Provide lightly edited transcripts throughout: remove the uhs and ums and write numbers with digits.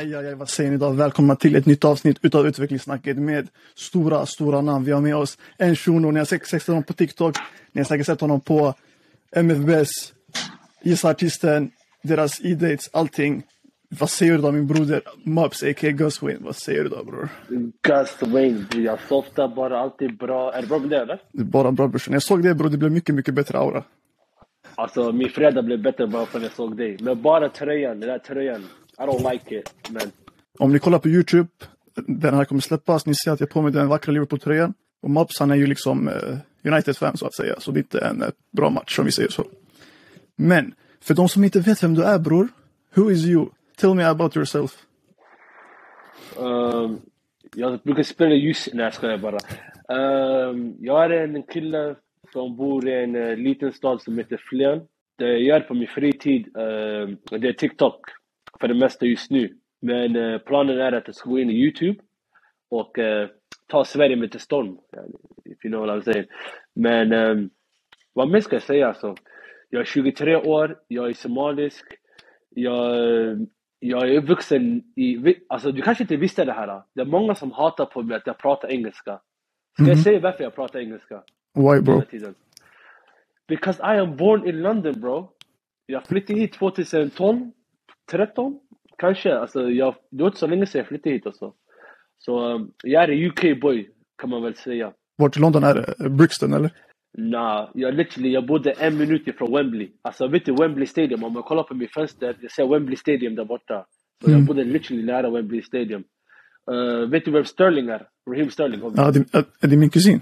Aj, vad säger ni idag? Välkomna till ett nytt avsnitt utav Utvecklingssnacket med stora namn. Vi har med oss en shuno, ni har säkert sett honom på TikTok, ni har säkert sett honom på MFBS, Gissa-artisten, deras e-dates, allting. Vad säger du då, min broder Mubs, a.k.a. Gus Wayne? Vad säger du då, bror? Gus Wayne, jag softar bara, alltid bra. Är det bra med det, eller? Det är bara bra, bror. Jag såg det, bror, det blev mycket bättre aura. Alltså, min fredag blev bättre bara för att jag såg dig. Men bara tröjan, den där tröjan, I don't like it, man. Om ni kollar på YouTube, den här kommer släppas, ni ser att jag på mig den vackra Liverpool-tröjan. Och Mubs, han är ju liksom United-fan så att säga. Så det är inte en bra match, som vi säger så. Men, för de som inte vet vem du är, bror, who is you? Tell me about yourself. Jag brukar spela ljus. Nej, jag skojar bara. Jag är en kille som bor i en liten stad som heter Flen. Det jag gör på min fritid, det är TikTok för det mesta just nu. Men planen är att jag ska gå in i YouTube och ta Sverige med till storm. If you know what I'm saying. Men vad mer ska jag säga alltså? Jag är 23 år, jag är somalisk. Jag är vuxen i... Alltså, du kanske inte visste det här. Det är många som hatar på mig att jag pratar engelska. Ska jag säga varför jag pratar engelska? Why, bro? Because I am born in London, bro. Jag flyttade hit 2012, 13 kanske. Alltså, det var inte så länge sedan jag flyttade hit också. Så jag är en UK-boy, kan man väl säga. Vart i London är det? Brixton, eller? Nej, jag bodde 1 minut ifrån Wembley. Alltså, vet du Wembley Stadium? Om jag kollar på min fönster, jag ser Wembley Stadium där borta. Så jag bodde literally nära Wembley Stadium. Vet du vem Sterling är? Raheem Sterling. Ja, det är min kusin.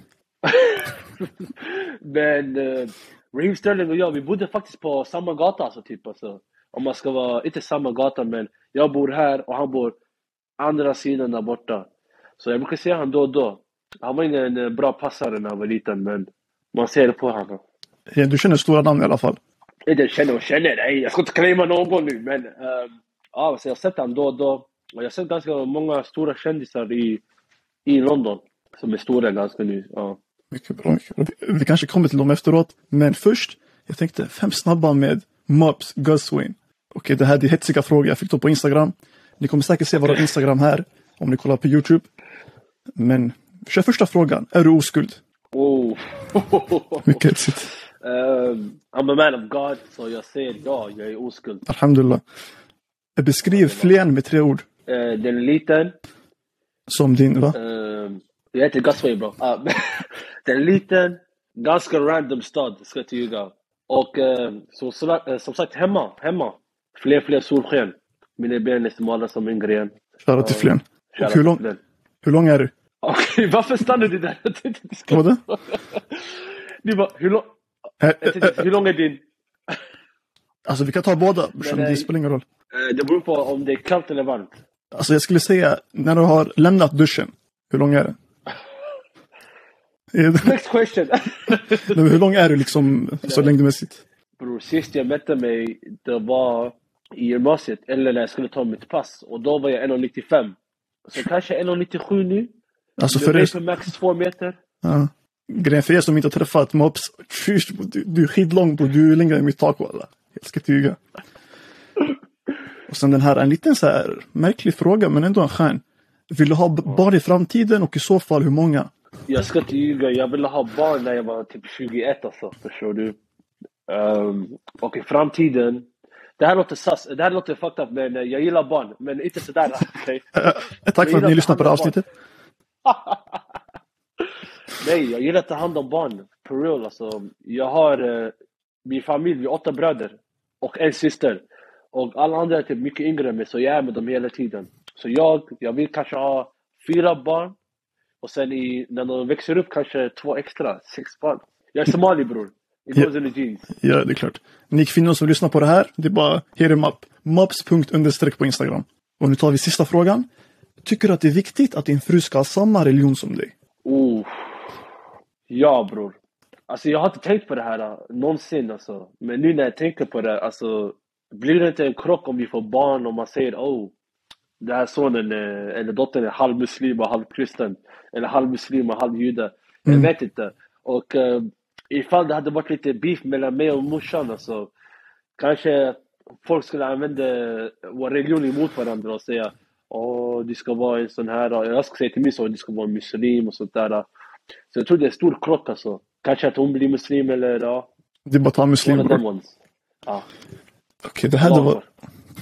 Men Raheem Sterling och jag, vi bodde faktiskt på samma gata. Alltså, typ, alltså. Om man ska vara, inte samma gata, men jag bor här och han bor andra sidan där borta. Så jag brukar se han då och då. Han var ingen bra passare när han var liten, men man ser det på honom. Ja, du känner stora namn i alla fall. Jag känner. Nej, jag ska inte claima någon nu. Men så jag har sett han då och då. Och jag har sett ganska många stora kändisar i London. Som är stora ganska nu. Ja. Mycket bra. Vi kanske kommer till dem efteråt. Men först, jag tänkte 5 snabba med Mubs, Gus Wayne. Okej, det här är hetsiga frågor jag fick då på Instagram. Ni kommer säkert se våra Instagram här. Om ni kollar på YouTube. Men, kör första frågan. Är du oskuld? Oh. Mycket hetsigt. I'm a man of God, så jag säger ja, jag är oskuld. Alhamdulillah. Beskriv Flen med 3 ord. Den är liten. Som din, va? Jag heter Gus Wayne, bro. Den är liten, ganska random stad, ska jag ljuga. Och som sagt, hemma. Fler solsken. Mina ben är smala som en gren. Shoutout till Flen. Hur lång är du? Okej, varför stannar du där? Vadå? Du bara, hur lång är din? Alltså vi kan ta båda, det spelar ingen roll. Det beror på om det är kallt eller varmt. Alltså jag skulle säga, när du har lämnat duschen, hur lång är den? Next question. Hur lång är du liksom, så längdmässigt? Bror, sist jag mätte mig, det var i gymnasiet, eller när jag skulle ta mitt pass. Och då var jag 1,95. Så kanske 1,97 nu. Alltså för det är max 2 meter. Ja. Grejen för er som inte har träffat Mobs, du är skitlång på, du är längre än mitt tak, walla. Jag ska tyga. Och sen den här, en liten så här märklig fråga, men ändå en skön. Vill du ha barn i framtiden och i så fall hur många? Jag ska tyga, jag ville ha barn när jag var typ 21 alltså, förstår du. Och i framtiden, det här låter fucked up, men jag gillar barn, men inte sådär. Okay? Tack för att ni lyssnar på det avsnittet. Nej, jag gillar att ta hand om barn. For real, alltså. Jag har min familj, vi är 8 bröder och en syster. Och alla andra är typ mycket yngre än mig, så jag är med dem hela tiden. Så jag vill kanske ha 4 barn. Och sen när de växer upp kanske 2 extra, 6 barn. Jag är somali, bror. It goes in the jeans. Ja, det är klart. Ni kvinnor som lyssnar på det här, det är bara hit em up. Mobs._ på Instagram. Och nu tar vi sista frågan. Tycker du att det är viktigt att din fru ska ha samma religion som dig? Ja, bror. Alltså jag har inte tänkt på det här någonsin alltså. Men nu när jag tänker på det, alltså blir det inte en krock om vi får barn och man säger det här sonen eller dottern är halvmuslim och halvkristen, eller halvmuslim och halvjude. Jag vet inte. Och ifall det hade varit lite beef mellan mig och morsan, alltså, kanske folk skulle använda vår religion emot varandra och säga och du ska vara en sån här, jag ska säga till min son, du ska vara en muslim och sånt där. Så jag tror det är en stor krock alltså. Kanske att hon blir muslim eller ja. Det är bara att ta muslim, One of them bror. ones. Ja. Okej, det här det var...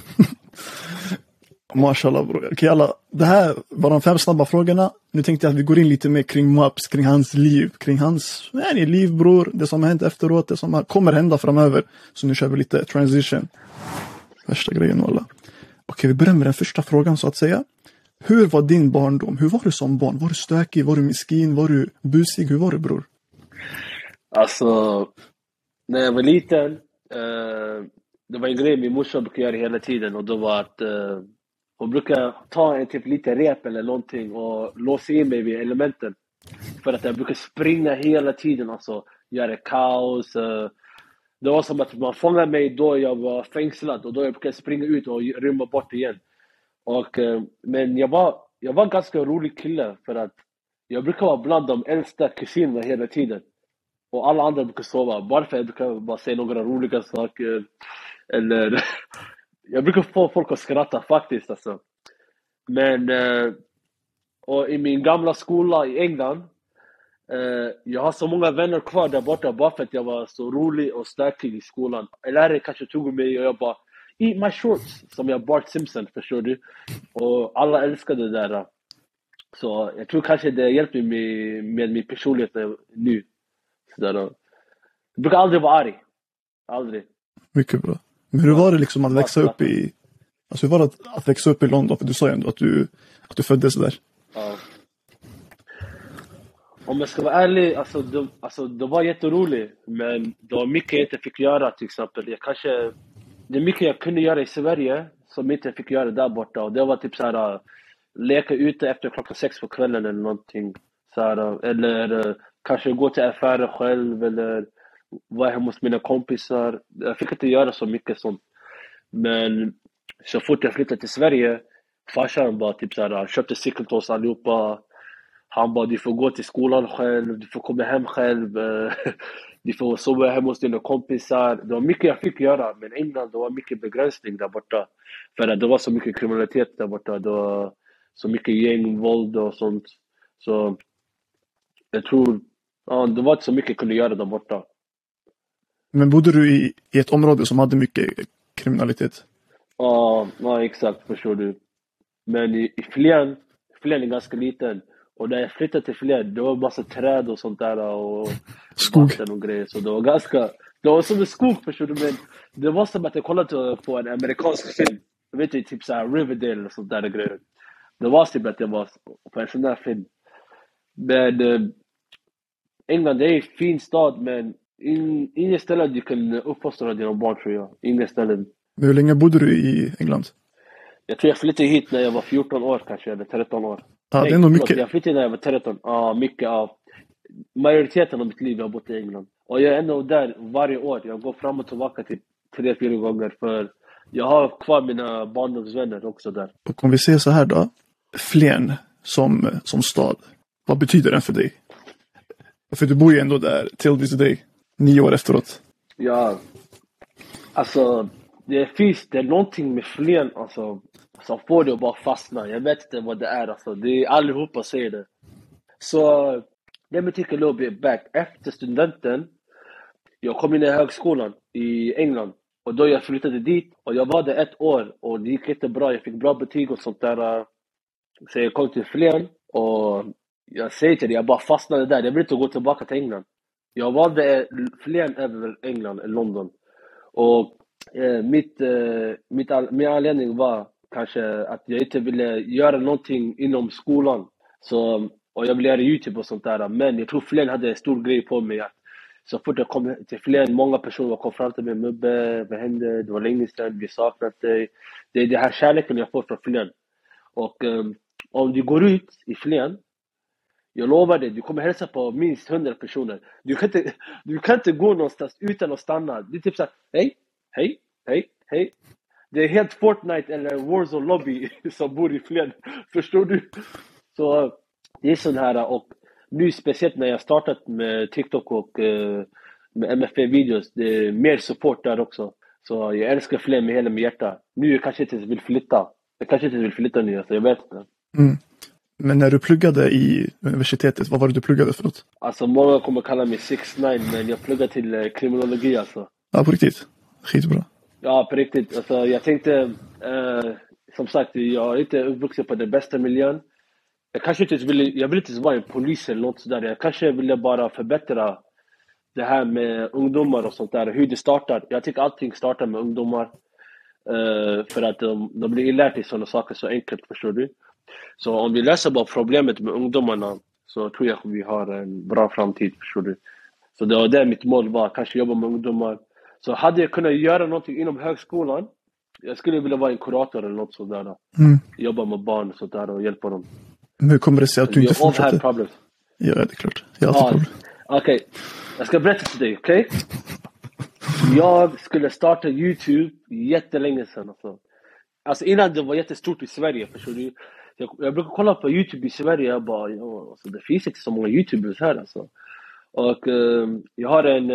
Mashallah, bror. Okej, alla. Det här var de 5 snabba frågorna. Nu tänkte jag att vi går in lite mer kring Maps, kring hans liv, kring hans liv, bror. Det som har hänt efteråt, det som kommer hända framöver. Så nu kör vi lite transition. Värsta grejen, alla. Okej, vi börjar med den första frågan så att säga. Hur var din barndom? Hur var du som barn? Var du stökig? Var du miskin? Var du busig? Hur var du, bror? Alltså, när jag var liten, det var en grej min morsa brukade göra hela tiden, och då var att hon brukar ta en typ lite rep eller någonting och låsa in mig vid elementen. För att jag brukar springa hela tiden, alltså göra kaos. Det var som att man fångade mig då jag var fängslad, och då jag brukade springa ut och rymma bort igen. Men jag var ganska rolig kille, för att jag brukar vara bland de äldsta kusinerna hela tiden. Och alla andra brukar sova. Varför? Jag brukar bara säga några roliga saker. Eller jag brukar få folk att skratta faktiskt alltså. Men och i min gamla skola i England, jag har så många vänner kvar där borta bara för att jag var så rolig och stökig i skolan. Lärare kanske tog mig och jag bara eat my shorts, som jag Bart Simpson, förstår du? Och alla älskade det där. Så jag tror kanske det hjälpte mig med min personlighet nu. Så jag brukar aldrig vara arg. Aldrig. Mycket bra. Men hur var det liksom att växa upp i... Alltså hur var det att växa upp i London? För du sa ju ändå att du föddes där. Ja. Om jag ska vara ärlig, det var jätteroligt. Men det var mycket jag inte fick göra, till exempel. Det är mycket jag kunde göra i Sverige som inte jag fick göra där borta. Och det var typ så här, leka ute efter 6 på kvällen eller någonting. Så här, eller kanske gå till affärer själv, eller vara hemma hos mina kompisar. Jag fick inte göra så mycket sånt. Men så fort jag flyttade till Sverige, farsan bara typ så här, köpte cykel till oss allihopa. Han bara, du får gå till skolan själv, du får komma hem själv, du får sova hemma hos dina kompisar. Det var mycket jag fick göra, men innan det var mycket begränsning där borta. För att det var så mycket kriminalitet där borta, det var så mycket gängvåld och sånt. Så jag tror, det var inte så mycket jag kunde göra där borta. Men bodde du i ett område som hade mycket kriminalitet? Ja, exakt, förstår du. Men i Flen är ganska liten. Och när jag flyttade till Flen, det var en massa träd och sånt där. Och skog och grejer. Så det var som en skog, förstår du. Men det var som att jag kollade på en amerikansk film. Jag vet inte, typ så här Riverdale och sånt där grejer. Det var typ att jag var på en sån där film. Men England, det är en fin stad, men ingen ställe du kan uppfostra dina barn, tror jag. Ingen ställen. Men hur länge bodde du i England? Jag tror jag flyttade hit när jag var 14 år kanske, eller 13 år. Ja, det är nog mycket. Jag flyttade när jag var 13. Ja, mycket av. Majoriteten av mitt liv jag har bott i England. Och jag är ändå där varje år. Jag går fram och tillbaka till 3-4 gånger. För jag har kvar mina barndomsvänner också där. Och om vi ser så här då. Flen som stad. Vad betyder den för dig? För du bor ju ändå där till this day. 9 år efteråt. Ja. Alltså, det är någonting med Flen, alltså, som får det att bara fastna. Jag vet inte vad det är, alltså. Det är allihopa säger det. Så, let me take a little bit back. Efter studenten, jag kom in i högskolan i England. Och då jag flyttade dit, och jag var där 1 år. Och det gick jättebra, jag fick bra betyg och sånt där. Så jag kom till Flen, och jag säger till dig, jag bara fastnade där. Jag vill inte gå tillbaka till England. Jag valde Flen över England, London. Och min anledning var kanske att jag inte ville göra någonting inom skolan. Och jag ville göra YouTube och sånt där. Men jag tror Flen hade en stor grej på mig. Att så fort jag kom till Flen, många personer kom fram till mig. Mubbe, vad hände? Det var länge sedan, vi saknat dig. Det är det här kärleken jag får från Flen. Och om du går ut i Flen, jag lovar dig, du kommer hälsa på minst 100 personer. Du kan inte gå någonstans utan att stanna. Det är typ såhär, hej. Det är helt Fortnite eller Warzone lobby som bor i Flen. Förstår du? Så det är sån här. Och nu speciellt när jag startat med TikTok och med MFB-videos, det är mer support där också. Så jag älskar Flen med hela mitt hjärta. Nu kanske jag inte vill flytta. Jag kanske inte vill flytta nu, alltså jag vet inte. Men när du pluggade i universitetet, vad var det du pluggade för något? Alltså många kommer kalla mig 6ix9ine, men jag pluggar till kriminologi alltså. Ja, på riktigt. Skitbra. Ja, på riktigt. Alltså jag tänkte, som sagt, jag är inte uppvuxen på den bästa miljön. Jag vill inte vara en polis eller något sådär. Jag kanske ville bara förbättra det här med ungdomar och sånt där. Hur det startar. Jag tycker allting startar med ungdomar. För att de blir inlärt i sådana saker så enkelt, förstår du. Så om vi löser bara problemet med ungdomarna så tror jag att vi har en bra framtid, förstår du. Så det var det mitt mål var, kanske jobba med ungdomar. Så hade jag kunnat göra någonting inom högskolan, jag skulle vilja vara en kurator eller något sådär. Jobba med barn och sådär och hjälpa dem. Men hur kommer det sig att du inte fortsatte? Ja, det är klart. Jag har alltid problem. Okej, jag ska berätta för dig, okej? Jag skulle starta YouTube jättelänge sedan. Alltså innan det var jättestort i Sverige, förstår du? Jag brukar kolla på YouTube i Sverige, jag bara, alltså, det finns inte så många YouTubers här alltså. Och jag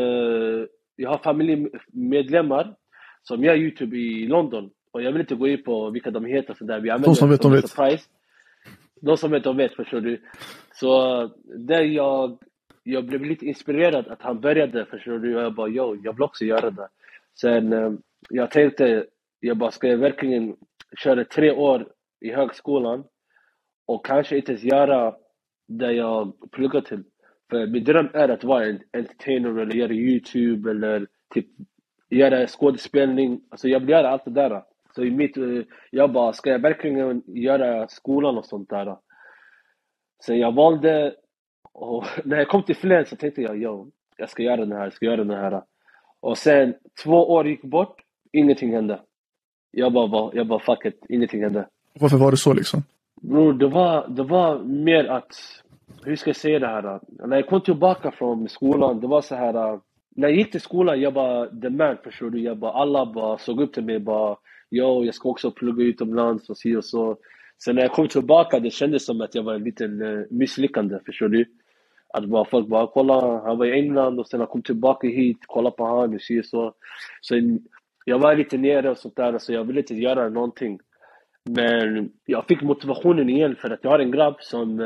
har familjemedlemmar som gör YouTube i London. Och jag vill inte gå in på vilka de heter. Så där. Vi de som vet, de vet. Surprise. De som vet, de vet, förstår du. Så där jag blev lite inspirerad att han började, förstår du. Och jag bara, jag vill också göra det. Sen jag tänkte, ska jag verkligen köra 3 år i högskolan och kanske inte ens göra det jag pluggar till. För min dröm är att vara en entertainer eller göra YouTube eller typ göra skådespelning. Alltså jag vill göra allt det där. Så ska jag verkligen göra skolan och sånt där. Så jag valde, och när jag kom till Flen så tänkte jag ska göra den här. Och sen 2 år gick bort, ingenting hände. Jag bara fuck it, ingenting hände. Varför var det så liksom? Bror, det var mer att, hur ska jag säga det här? När jag kom tillbaka från skolan, det var så här, när jag gick till skolan, jag bara the man, förstår du? Alla bara såg upp till mig, jag ska också plugga utomlands och så. Sen när jag kom tillbaka, det kändes som att jag var en liten misslyckande, förstår du? Att folk bara, kolla, han var i England och sen han kom tillbaka hit, kolla på han och så. Så jag var lite nere och sånt där, så jag ville inte göra någonting. Men jag fick motivationen igen för att jag har en grabb som,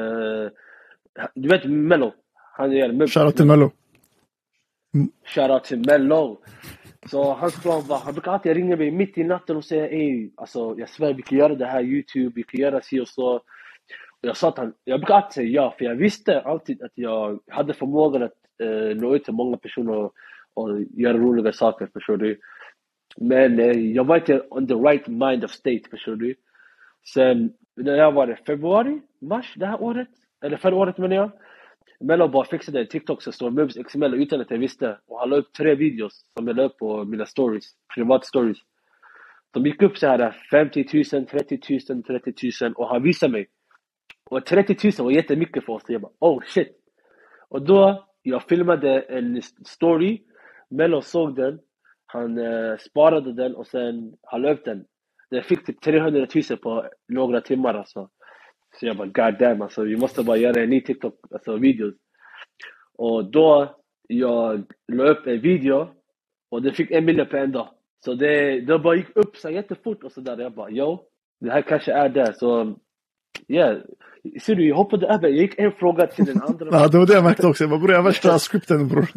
du vet Mello, han är Shoutout till Mello. Shoutout till Mello. Så hans plan var, han brukar alltid ringa mig mitt i natten och säga, alltså jag svär vi kan göra det här YouTube, vi kan göra så. Och jag sa att jag brukar alltid säga ja, för jag visste alltid att jag hade förmågan att nå ut till många personer och göra roliga saker, förstår du. Men jag var inte on the right mind of state, förstår du. Sen när jag var mars det här året, eller förra året menar jag, Mello bara fixade en TikTok som står Mubs XML utan att jag visste. Och han la upp 3 videos som jag la upp på mina stories, privat stories. De gick upp så här 50 000, 30 000 och han visade mig. Och 30 000 var jättemycket för oss. Jag bara, oh shit. Och då, jag filmade en story, Mello såg den, han sparade den och sen han la upp den. Den fick typ 300 000 på några timmar alltså. Så jag bara, god damn, alltså, vi måste bara göra en ny TikTok, alltså videos. Och då, jag la upp en video och det fick 1 miljon på en dag. Så det bara gick upp så jättefort och sådär. Jag bara, det här kanske är det. Så, ser du, jag hoppade över. Jag gick en fråga till den andra. Ja, det var det jag märkte också. Jag bara, bror, jag värsta skripten, bror.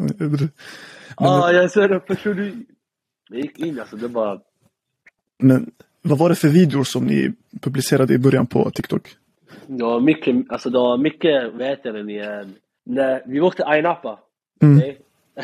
Jag ser det, förstår du. Jag gick in, alltså, det bara... Men vad var det för videor som ni publicerade i början på TikTok? Ja, mycket, alltså det var mycket, vad heter den igen? När vi åkte Ayia Napa, okay?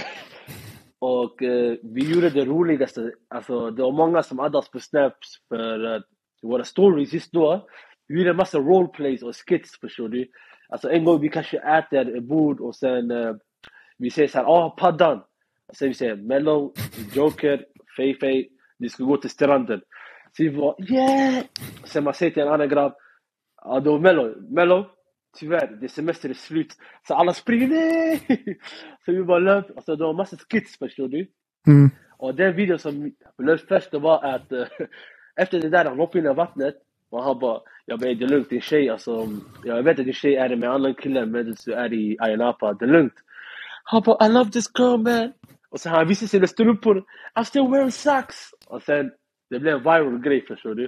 Och vi gjorde det roligaste, alltså det var många som hade oss på snaps för våra stories just då. Vi gjorde en massa roleplays och skits, förstår du. Alltså en gång vi kanske äter ett bord och sen vi säger så här, paddan. Och sen vi säger Mello, Joker, Fei, vi ska gå till stranden. Så vi var, yeah! Sen man säger till en annan grabb, då Mello, tyvärr, det semester är slut. Så alla springer, nej! Så vi bara löp, alltså det var en massa skits, förstår du? Och den videon som löp först, det var att efter det där, han hoppade in i vattnet. Och han bara, det är lugnt, din tjej, alltså, jag vet att din tjej är med annan killar medan du är i Ayia Napa, det är lugnt. Han bara, I love this girl, man. Och så han visade sina strumpor, I'm still wearing socks. Och sen, det blev en viral grej, förstår du?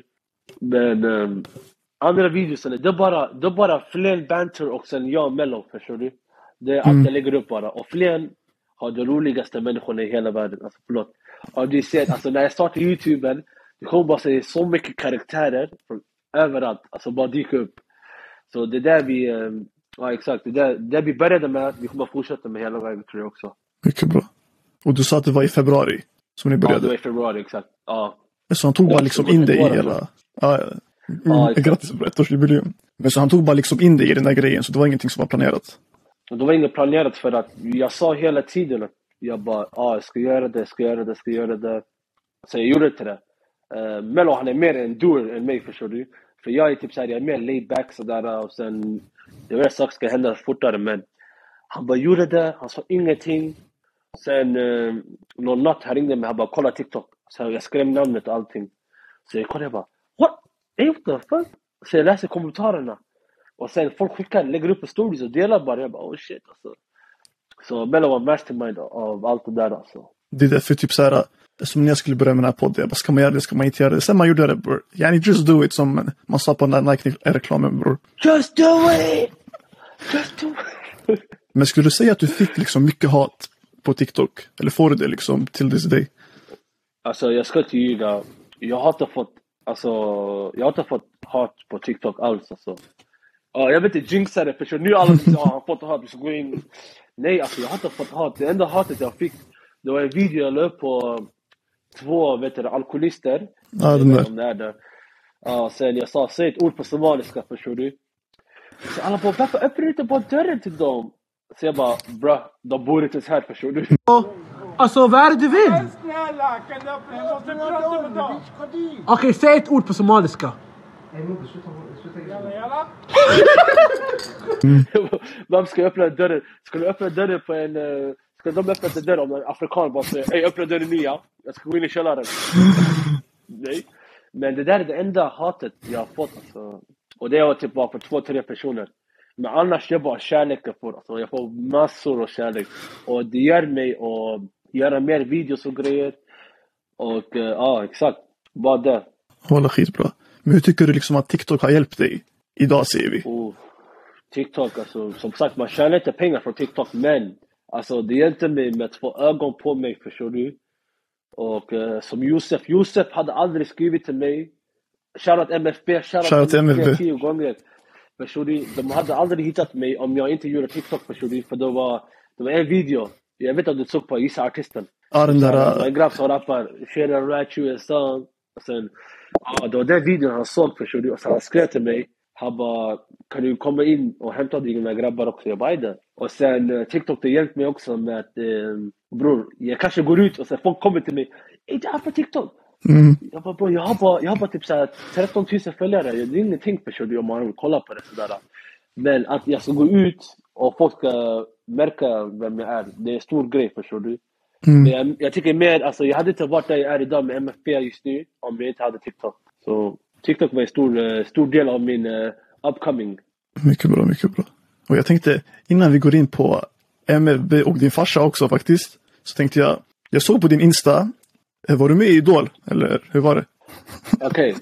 Men andra videorna, det är bara Flen banter och sen jag och Mello, förstår du? Det är allt jag lägger upp bara. Och Flen har de roligaste människorna i hela världen. Alltså förlåt. Och du ser, alltså när jag startar YouTuben, det kommer bara se så mycket karaktärer från överallt. Alltså bara dyka upp. Så det där vi, ja exakt, det där vi började med, vi kommer fortsätta med hela vägen tror jag också. Mycket bra. Och du sa att det var i februari som ni började? Ja, det var i februari, exakt. Ja. Så han tog bara liksom in det i hela... Grattis på ettårsjubileum. Men så han tog bara liksom in det i den där grejen, så det var ingenting som var planerat? Och det var inget planerat för att jag sa hela tiden att jag bara, jag ska göra det. Så jag gjorde till det. Mello han är mer en doer än mig, förstår du? För jag är typ såhär, jag är mer laid back sådär och sen det var saker ska hända fortare, men han bara gjorde det, han sa ingenting. Sen någon natt han ringde mig, han bara kolla TikTok. Så jag skrev namnet och allting. Så jag kollade, jag bara, what? What the fuck? Så jag läser kommentarerna. Och sen folk lägger upp stories och delar bara. Jag bara, oh shit alltså. Så Mello var mastermind av allt det där alltså. Det är därför typ såhär, som när jag skulle börja med den här podden, jag bara, ska man göra det, ska man inte göra det? Sen man gjorde det, bror. Yani just do it, som man sa på den här Nike-reklamen, bror. Just do it! Men skulle du säga att du fick liksom mycket hat på TikTok? Eller får du det liksom till this day? Alltså jag ska inte ljuga. Jag har inte fått hat på TikTok alls alltså. Jag vet inte, jinxa det, för nu alla säger han har fått hat, vi ska gå in. Nej, alltså jag har inte fått hat. Det enda hatet jag fick, det var en video jag la upp på 2 alkoholister. Ja, den där. Sen jag sa, säg ett ord på somaliska, förstår du? Så alla bara, varför öppnar du inte bara dörren till dem? Så jag bara, bra, de bor inte här, förstår du? Alltså, vad är det du vill? Okej, säg ett ord på somaliska. Vem ska öppna dörren? Ska du öppna dörren på en... Ska de öppna dörren om en afrikan bara säger, hej, öppna dörren nu, ja? Jag ska gå in i källaren. Nej. Men det där är det enda hatet jag har fått alltså. Och det var typ bara för 2-3 personer. Men annars jag bara kärlek jag får. Alltså, jag får massor av kärlek. Och det gör mig att göra mer videos och grejer. Och ja, exakt. Bara det. Hålla skitbra. Men hur tycker du liksom att TikTok har hjälpt dig? Idag ser vi. TikTok, alltså som sagt, man tjänar inte pengar från TikTok. Men alltså det hjälpte mig med att få ögon på mig, förstår du? Och som Josef hade aldrig skrivit till mig. Shoutout MFB, shoutout MFB 10 gånger. Förstår du? De hade aldrig hittat mig om jag inte gjorde TikTok, förstår du? För det var en video. Jag vet att du såg på Gissa Artisten. Ja, den där... En grabb som rappar, Share Write You a Song. Och sen, det var den videon han såg, förstår du? Och sen han skrev till mig. Han bara, kan du komma in och hämta dina grabbar också? Jag bara, det. Och sen TikTok, det hjälpte mig också med att, bror, jag kanske går ut och sen folk kommer till mig. Är jag på TikTok? Jag bara, bro, jag har bara typ såhär 13 000 följare. Det är ingenting, förstår du, om man vill kolla på det sådär. Men att jag ska gå ut och folk ska märka vem jag är, det är en stor grej, förstår du. Men jag tycker mer, alltså jag hade inte varit där jag är idag med MFB just nu om jag inte hade TikTok. Så TikTok var en stor del av min upcoming. Mycket bra, mycket bra. Och jag tänkte, innan vi går in på MFB och din farsa också faktiskt, så tänkte jag såg på din Insta, var du med i Idol? Eller hur var det? Okej.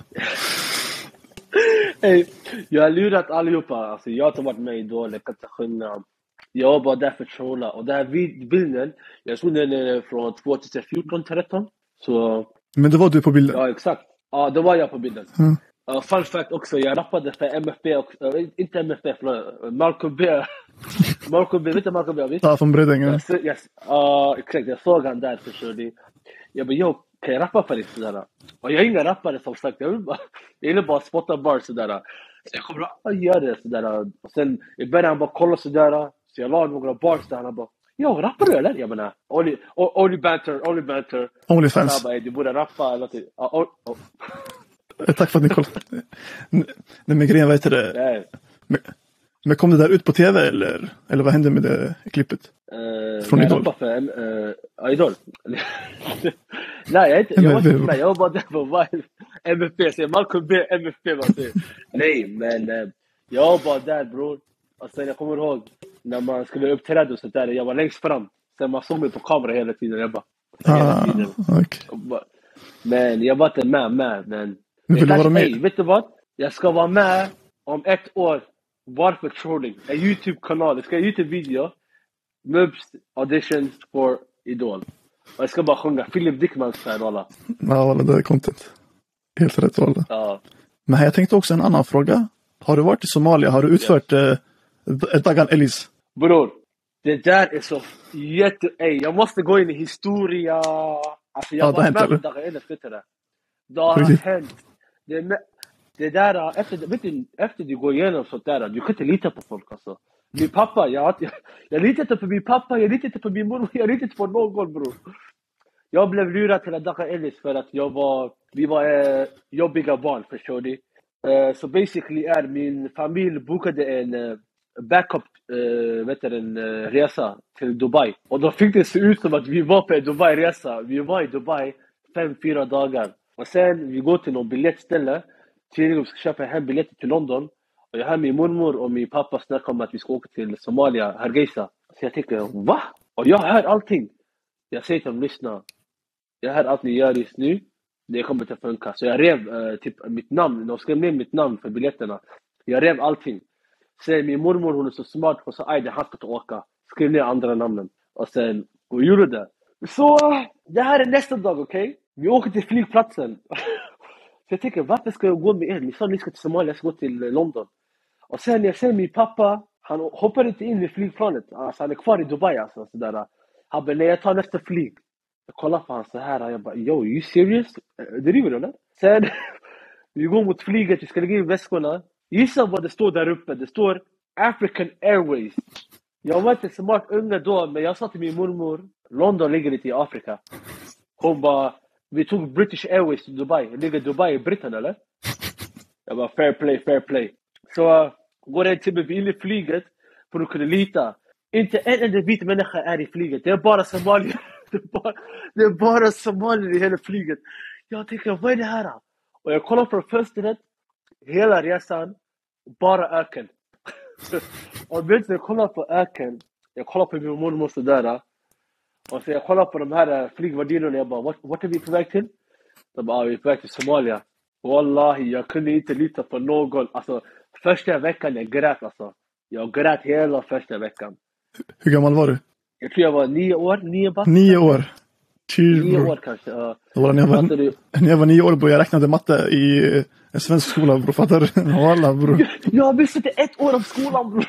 Hey, jag har lurat allihopa. Alltså, jag har inte varit med i Idol, jag kan inte sjunga. Jag var bara där för att trolla. Och den här bilden, jag såg den från 2014-13. Så... Men det var du på bilden? Ja, exakt. Ja, det var jag på bilden. Fun fact också, jag rappade för MFB och, inte MFB, för Malcolm B. Vet du Malcolm B? Visst? Ja, från Bredängen. Exakt, jag såg han där, förstår du. Jag bara, kan jag rappa för dig sådär? Och jag är ingen rappare som sagt, jag vill bara spotta bars sådär. Så jag kommer att göra det sådär. Och sen i början han bara kolla sådär. Så jag la några bars där, han bara, rappar du eller? Jag menar, only banter. Only fans. Jag bara, du borde rappa eller något. Tack för att ni kollade. Nej, men grejen, vad heter det? Men kom det där ut på tv eller vad hände med det klippet? Från Idol? Jag för Idol. Nej, jag var inte med. Jag var bara där på MFB. Så Malcolm B, MFB. Nej, men jag var bara där, bror. Och sen jag kommer ihåg när man skulle uppträda och så där. Jag var längst fram. Sen man såg mig på kamera hela tiden. Jag bara... Okay. Men jag var inte med. Men Men vill du vara med? Ey, vet du vad? Jag ska vara med om 1 år. Varför trolling? En YouTube-kanal. Jag ska göra en YouTube-video. Mubs auditions for Idol. Och jag ska bara sjunga Philip Dickmans här rolla. Ja, walla, det är content. Helt rätt walla. Ja. Men jag tänkte också en annan fråga. Har du varit i Somalia? Har du utfört Dagan Ellis? Bror, det där är så jag måste gå in i historia. Alltså jag var med på Dagan Ellis, vet du det? Det har hänt. Det där, efter du går igenom sånt där, du kan inte lita på folk alltså. Min pappa, jag litar inte på min pappa, jag litar inte på min mormor, jag litar inte på någon, bror. Jag blev lurad till Dagan Ellis för att vi var jobbiga barn, förstår du? Så basically är min familj bokade en backup resa till Dubai. Och då fick det se ut som att vi var på en Dubai-resa. Vi var i Dubai 5-4 dagar. Och sen vi går till någon biljettställe. Tydligen ska köpa hem biljetter till London. Och jag hör min mormor och min pappa snacka om att vi ska åka till Somalia, Hargeisa. Så jag tänker, va? Och jag hör allting. Jag säger till dem, lyssna. Jag hör allt ni gör just nu. Det kommer inte att funka. Så jag rev typ mitt namn. De skrev ner mitt namn för biljetterna. Jag rev allting. Sen min mormor, hon är så smart. Och så, aj, det här ska inte åka. Skrev ner andra namnen. Och sen, och gjorde det. Så, det här är nästa dag, okej? Vi åker till flygplatsen. Så jag tänker, varför ska jag gå med er? Ni sa att ni ska till Somalia, jag ska gå till London. Och sen jag ser min pappa, han hoppar inte in i flygplanet. Alltså, han är kvar i Dubai, alltså. Sådär. Han bara, nej, jag tar nästa flyg. Jag kollar på han så här. Jag bara, yo, you serious? Driver du eller? Sen, vi går mot flyget, vi ska lägga in väskorna. Gissa vad det står där uppe. Det står African Airways. Jag var inte smart unga då, men jag sa till min mormor, London ligger lite i Afrika. Hon bara, vi tog British Airways till Dubai. Ligger Dubai i Britain, eller? Jag bara, fair play. Så går det till mig in i flyget för att kunna lita. Inte en enda vit människa är i flyget. Det är bara somalier. Det är bara somalier i hela flyget. Jag tänker, vad är det här? Och jag kollar på fönstret. Hela resan. Bara öken. Och vet du, jag kollar på öken. Jag kollar på min mormor och sådär. Och så jag kollar på de här flygvärdinorna. Jag bara, vart är vi på väg till? De bara, vi är på väg till Somalia. Wallahi, jag kunde inte lita på någon. Alltså, första veckan jag grät alltså. Jag grät hela första veckan. Hur gammal var du? Jag tror jag var 9 år. 9 bast. 9 år? 9 år kanske. När jag var 9 år började jag räknade matte i en svensk skola, bro. Fattar du? Alla, bro. Jag missade 1 år av skolan, bro.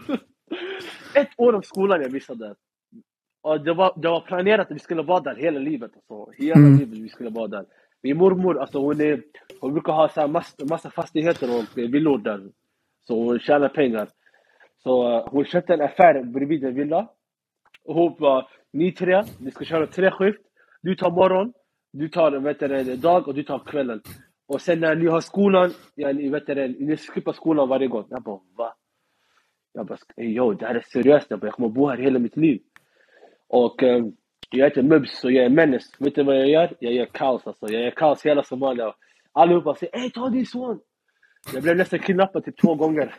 1 år av skolan jag missade. Och det var planerat att vi skulle vara där hela livet. Alltså. Hela livet vi skulle vara där. Min mormor, alltså hon brukar ha så här massa fastigheter och villor där. Så hon tjänar pengar. Så hon köpte en affär bredvid en villa. Och hon bara, ni 3, ni ska köra 3 skift. Du tar morgon, du tar dag och du tar kvällen. Och sen när ni har skolan, ni skippar skolan varje gång. Jag bara, va? Jag bara, det här är seriöst. Jag kommer bo här hela mitt liv. Och jag heter Mubs och jag är menace. Vet du vad jag gör? Jag gör kaos alltså. Jag gör kaos hela Somalia. Allihopa säger, ta din son. Jag blev nästan kidnappad typ 2 gånger.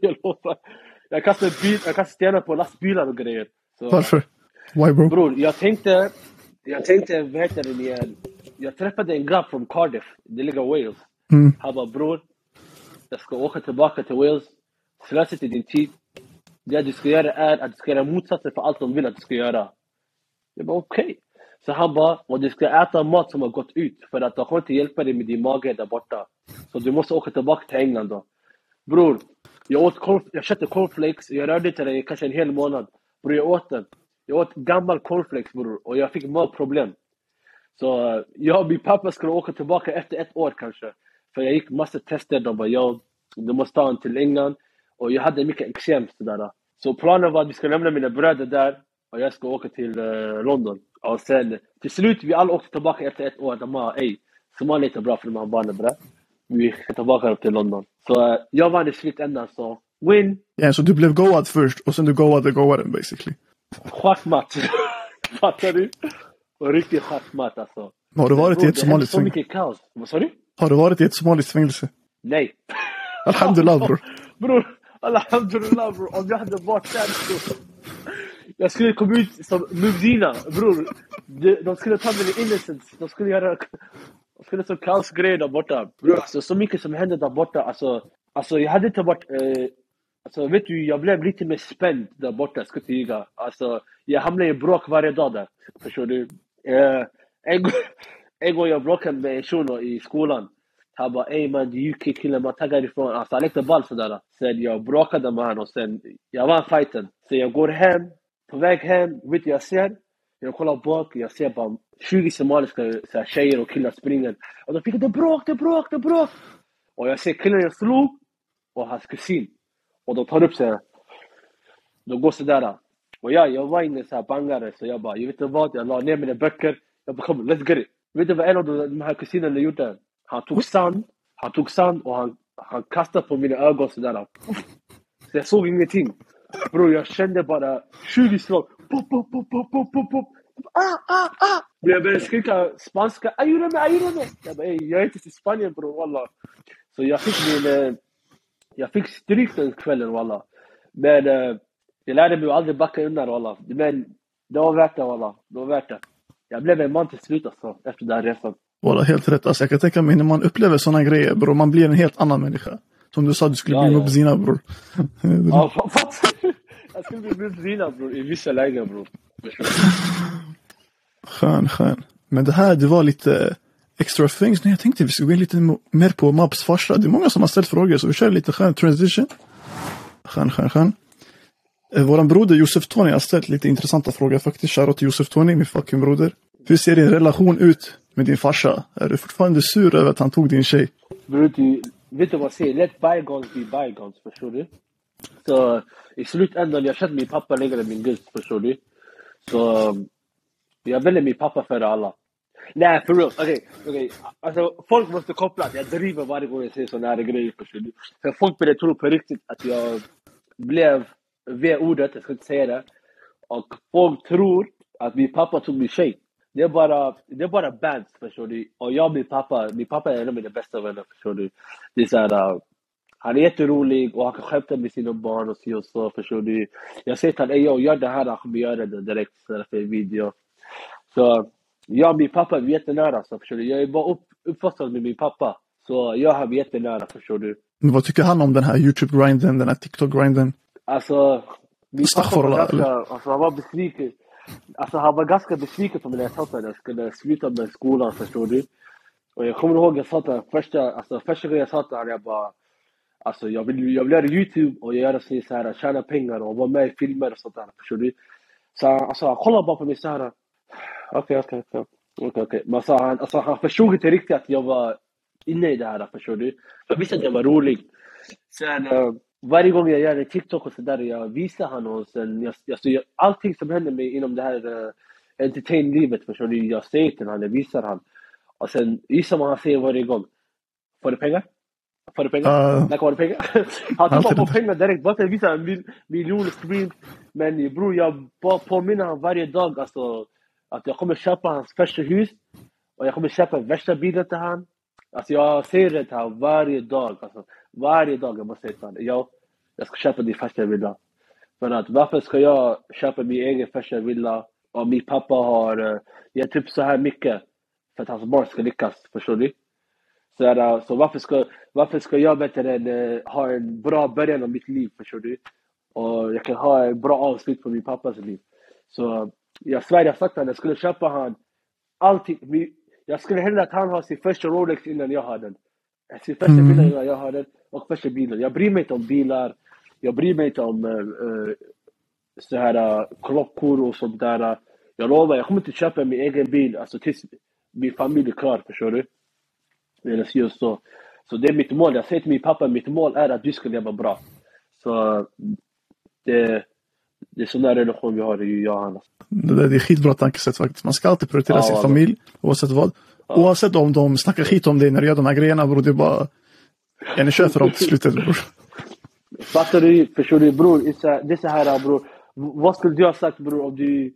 Jag kastade stenar på lastbilar och grejer. Så, varför? Why, bro? Bror, jag tänkte, vad heter det igen? Jag träffade en grabb från Cardiff. Det ligger i Wales. Han bara, bror, jag ska åka tillbaka till Wales. Slösa till din tid. Det du ska göra är att du ska göra motsatsen för allt de vill att du ska göra. Jag bara, okej. Så han bara, och du ska äta mat som har gått ut. För att de kommer inte hjälpa dig med din mage där borta. Så du måste åka tillbaka till England då. Bror, jag köpte cornflakes. Jag rörde inte det kanske en hel månad. Bror, jag åt gammal cornflakes, bror. Och jag fick magproblem. Så jag och min pappa skulle åka tillbaka efter 1 år kanske. För jag gick massa tester. De bara, du måste ta en till England. Och jag hade mycket eksem sådär. Så planen var att vi ska lämna mina bröder där. Och jag ska åka till London. Och sen till slut vi alla åkte tillbaka efter 1 år. De bara, Somalia är inte bra för de här barnen, bra. Vi ska tillbaka upp till London. Så jag var i slutändan så win. Ja, så du blev goad först och sen du goade basically. Schackmatt. Fattar du? Och riktigt schackmatt alltså. Har du varit i ett somaliskt fängelse? Så mycket kaos. Vad sa du? Har du varit i ett somaliskt fängelse? Nej. Alhamdulillah, bror. Bror, alhamdulillah, bror. Om jag hade varit där så... Jag skulle komma ut som Mubdina, bror. De skulle ta mig i innocence. De skulle göra... skulle så kaosgrej där borta. Bro, alltså så mycket som hände där borta. Alltså jag hade inte varit... Alltså vet du, jag blev lite mer spänd där borta, ska tiga. Alltså jag hamnade i bråk varje dag där. Förstår du? En gång jag bråkade med en shuno i skolan. Han bara, ey man, du UK-killen, man taggar ifrån. Alltså han lekte ball sådär. Sen jag bråkade med honom och sen, jag vann fighten. Så jag går hem, på väg hem, vet du jag ser? Jag kollar bak, jag ser bara 20 somaliska tjejer och killar springer. Och de fick det är bråk. Och jag ser killen jag slog och hans kusin. Och de tar upp sig. De går sådär. Och jag var inne så här bangare. Så jag bara, jag vet inte vad. Jag la ner mina böcker. Jag bara, kom, let's get it. Vet du vad en av de här kusinerna gjorde? Han tog sand och han kastade på mina ögon sådär. Så jag såg ingenting. Bro, jag kände bara 20 slag. Pop. Jag började skrika spanska. Ayúdame. Jag bara, jag är inte i Spanien bro, wallah. Så jag fick stryk den kvällen, wallah. Men jag lärde mig aldrig backa undan, wallah. Men det var värt det, wallah. Det var värt det. Jag blev en man till slut alltså, efter den resan. Wallah, helt rätt. Alltså, jag kan tänka mig när man upplever sådana grejer, bror. Man blir en helt annan människa. Som du sa, du skulle bli Mubzina, bror. Ja, jag skulle bli Mubzina, bror. I vissa lägen, bror. Skön. Men det var lite extra things. Jag tänkte vi skulle gå in lite mer på Mabs farsa. Det är många som har ställt frågor, så vi kör lite skön transition. Skön. Våran broder Josef Tony har ställt lite intressanta frågor faktiskt. Shoutout till Josef Tony, min fucking broder. Hur ser din relation ut med din farsa? Är du fortfarande sur över att han tog din tjej? Bror, vet du vad jag säger? Let bygons be bygons, förstår du? Så i slutändan, jag känner min pappa längre än min gud, förstår du? Så jag väljer min pappa för alla. Nej, för real. Okej. Alltså, folk måste koppla att jag driver varje gång jag säger sådana här grejer, förstår du? För folk börjar tro på riktigt att jag blev V-ordet, jag ska inte säga det. Och folk tror att min pappa tog min tjej. Det är bara bands, förstår du? Och jag och min pappa är en av mina bästa vänner, förstår du? Det är så här, han är jätterolig och han kan skämta med sina barn och så, förstår du? Jag säger till honom, gör det här, han kommer göra det direkt för en video. Så jag och min pappa är jättenära, så förstår du? Jag är bara uppfostrad med min pappa. Så jag har jättenära, förstår du? Men vad tycker han om den här YouTube-grinden, den här TikTok-grinden? Alltså, min pappa var han var besviken. Alltså han var ganska besviken på mig när jag sa att jag skulle sluta med skolan, förstår du? Och jag kommer ihåg jag sa att första gången jag sa att jag bara, alltså jag vill göra YouTube och göra så här, tjäna pengar och vara med i filmer och sånt där, förstår du? Så alltså han kollade bara på mig så här. Okej. Men så han förstod inte riktigt att jag var inne i det här, förstår du? Jag visste att jag var rolig. Sen varje gång jag gör en TikTok och sådär, jag visar han och sen jag allting som händer mig inom det här entertain-livet, förstår du? Jag säger till han, jag visar han. Och sen gissar man han säger varje gång. Får du pengar? När kommer pengar? Han tar bara på pengar direkt, bara att jag visar en miljon stream. Men bror, jag bara påminner han varje dag alltså, att jag kommer köpa hans första hus. Och jag kommer köpa värsta bilen till han. Alltså jag säger det till han varje dag. Alltså, varje dag jag måste säga till han. Jag ska köpa din första villa. För att varför ska jag köpa min egen första villa? Och min pappa har gett upp så här mycket. För att hans barn ska lyckas, förstår du? Så varför ska jag bättre ha en bra början av mitt liv, förstår du? Och jag kan ha en bra avslut på min pappas liv. Så jag svär, jag sagt att jag skulle köpa han allting. Jag skulle hellre att han har sin första Rolex innan jag har den. Sin första bilen innan jag har den. Och första bilen. Jag bryr mig inte om bilar. Jag bryr mig inte om så här klockor och sånt där. Jag lovar, jag kommer inte köpa min egen bil. Alltså tills min familj är klar, förstår du? Just så det är mitt mål. Jag säger till min pappa, mitt mål är att du ska leva bra. Så det är sån där relation vi har i Johannes. Det är skitbra tankesätt faktiskt. Man ska alltid prioritera sin familj, oavsett vad. Oavsett om de snackar skit om dig när du gör de här grejerna, bror. Det är bara en kör för dem till slutet, bror. Fattar du? Förstår du, bror? Det är så här, bror. Vad skulle du ha sagt, bror, om du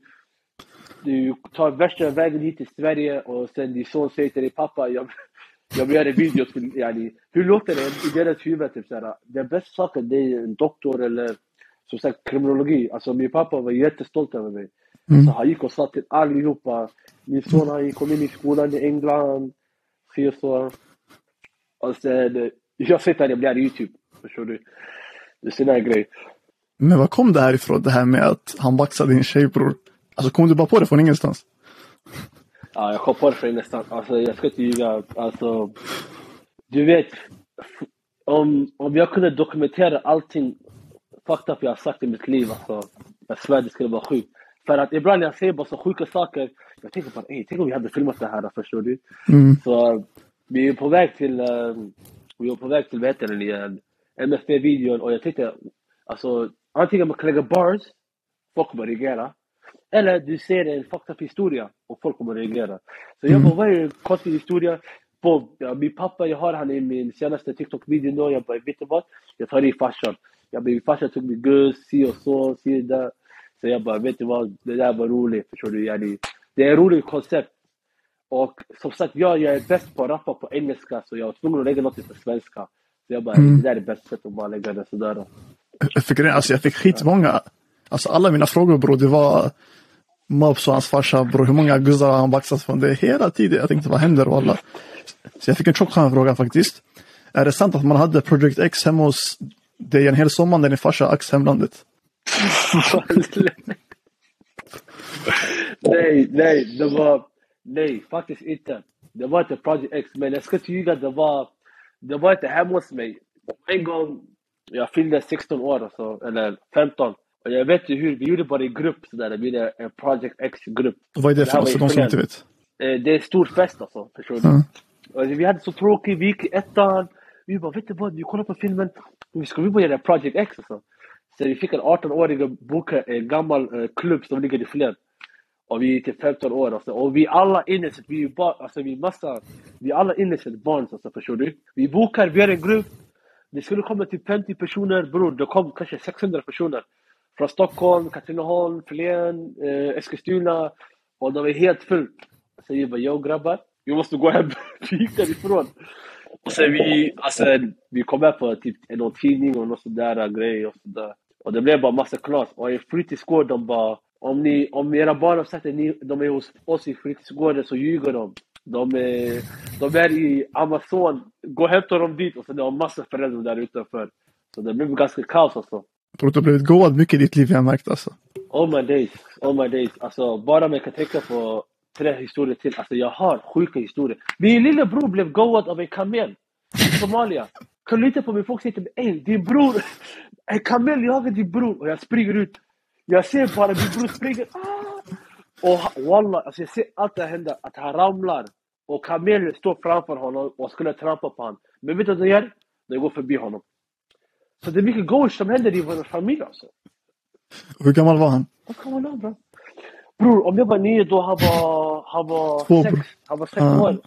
tar värsta vägen hit till Sverige och sen din son säger till dig, pappa, jag vill göra en video till, hur låter det i deras huvud? Typ, den bästa saken, det är en doktor eller som sagt kriminologi. Alltså min pappa var jättestolt över mig. Så han gick och sa till allihopa, min son han kom in i skolan i England, si och så. Och sen, jag sitter där och blir YouTube, förstår du? Det är sån här grej. Men vad kom det här ifrån, det här med att han baxade din tjej, bror? Alltså kom du bara på det från ingenstans? Ja, jag kom på det från ingenstans. Alltså, jag ska inte ljuga. Alltså, du vet, om jag kunde dokumentera allting fucked up jag har sagt i mitt liv, alltså, jag svär det skulle vara sjukt. För att ibland när jag ser bara så sjuka saker, jag tänker bara, tänk om vi hade filmat det här, förstår du? Så vi är på väg till, vad heter den igen, MFB-videon, och jag tänkte, alltså, antingen man kan lägga bars, folk kommer reagera, eller du ser en fucked up historia och folk kommer reagera. Så jag bara, vad är en konstig historia? På min pappa, jag har han i min senaste TikTok-video då, jag bara, vet du vad? Jag tar det i farsan. Jag bara, farsan tog min gus, si och så, si där. Så jag bara, vet du vad? Det där var roligt, förstår du? Yani, det är en rolig koncept. Och som sagt, jag är bäst på att rappa på engelska, så jag var tvungen att lägga något på svenska. Så jag bara, det där är bäst sätt att bara lägga det sådär. Jag fick skitmånga. Alltså alla mina frågor, bro, det var Mobs och hans farsa, bro. Hur många guzzar har han baxat från det hela tiden? Jag tänkte, vad händer och alla? Så jag fick en tjockskärm-fråga faktiskt. Är det sant att man hade Project X hemma hos dig en hel sommar när din farsa ax hemlandet? Nej, faktiskt inte. Det var inte Project X, men jag ska tyga, det var inte hemma hos mig. En gång, jag fyllde 16 år, alltså, eller 15. Och jag vet ju hur, vi gjorde bara i grupp sådär, det blev en Project X-grupp. Vad är det för de som inte vet? Det är stor fest alltså, förstår du? Och vi hade så tråkigt, vi gick i ettan. Vi bara, vet du vad, vi kollar på filmen. Vi ska bara göra Project X alltså. Så vi fick en 18-årig boka en gammal klubb som ligger i Flen. Och vi är till 15 år alltså. Och vi alla innocent, vi alla innocent barn alltså, förstår du? Vi bokar, vi är en grupp. Det skulle komma till 50 personer, bror. Det kom kanske 600 personer. Från Stockholm, Katrineholm, Flen, Eskilstuna. Och de är helt fullt. Så vi bara, yo grabbar, vi måste gå hem. Vi gick därifrån. Och sen vi kom med på typ någon tidning och något sådär grej och sådär. Och det blev bara massa knas. Och i fritidsgården, de bara, om era barn har sagt att de är hos oss i fritidsgården, så ljuger de. De är i Amazon, gå och hämta dem dit. Och så det var massa föräldrar där utanför. Så det blev ganska kaos alltså. Jag tror att du har blivit gåad mycket i ditt liv, jag märkt alltså. Oh my days. Alltså bara man kan tänka på 3 historier till. Alltså jag har sjuka historier. Min lillebror blev gåad av en kamel i Somalia. Kan du lita på mig? Folk säger till mig, din bror, en kamel jagar din bror. Och jag springer ut. Jag ser bara din bror springer. Och wallah, alltså jag ser allt det hända. Att han ramlar. Och kamelen står framför honom och skulle trampa på honom. Men vet du vad det gör? Det går förbi honom. Så det är mycket gås som händer i vår familj alltså. Hur gammal var han? Vad kan man ha, bro? Bror, om jag var 9 då, han var 6. Han var 6 år.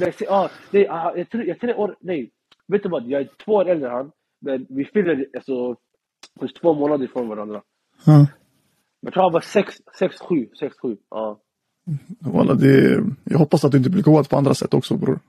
Jag 3 år, nej. Vet du vad, jag är 2 år äldre än han. Men vi fyller alltså 2 månader ifrån varandra. Jag tror han var 6-7. Ja. Voilà, jag hoppas att du inte blir gåad på andra sätt också, bror.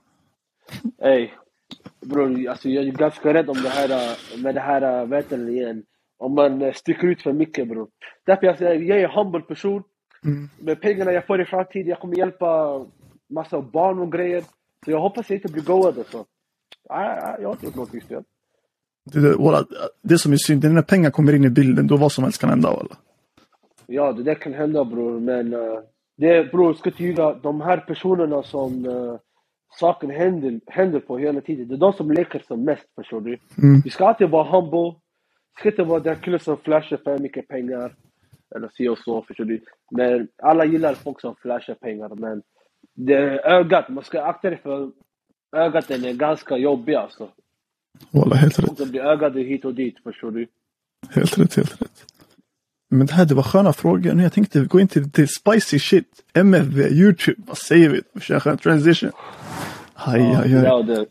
Bror, alltså jag är ganska rädd om det här, med det här väten igen. Om man sticker ut för mycket, bror. Därför jag säger, jag är en humble person. Med pengarna jag får i framtiden, jag kommer hjälpa massa barn och grejer. Så jag hoppas jag inte blir gåad alltså. Jag har inte gjort något just det som är synd, när pengar kommer in i bilden, då vad som helst kan hända, eller? Ja, det där kan hända, bror. Men det, bror, ska tyga, de här personerna som saken händer på hela tiden. Det är de som leker som mest, förstår du. Vi ska alltid vara humble. Det ska inte vara den killen som flashar för mycket pengar. Eller så och så, förstår du. Men alla gillar folk som flashar pengar. Men det ögat, man ska akta dig för ögat, är ganska jobbig alltså. Walla, helt rätt. Det blir ögade hit och dit, förstår du. Helt rätt. Men det var sköna frågor. Nu jag tänkte gå in till spicy shit. MFB, YouTube, vad säger vi? Försöka en transition. Ja, det.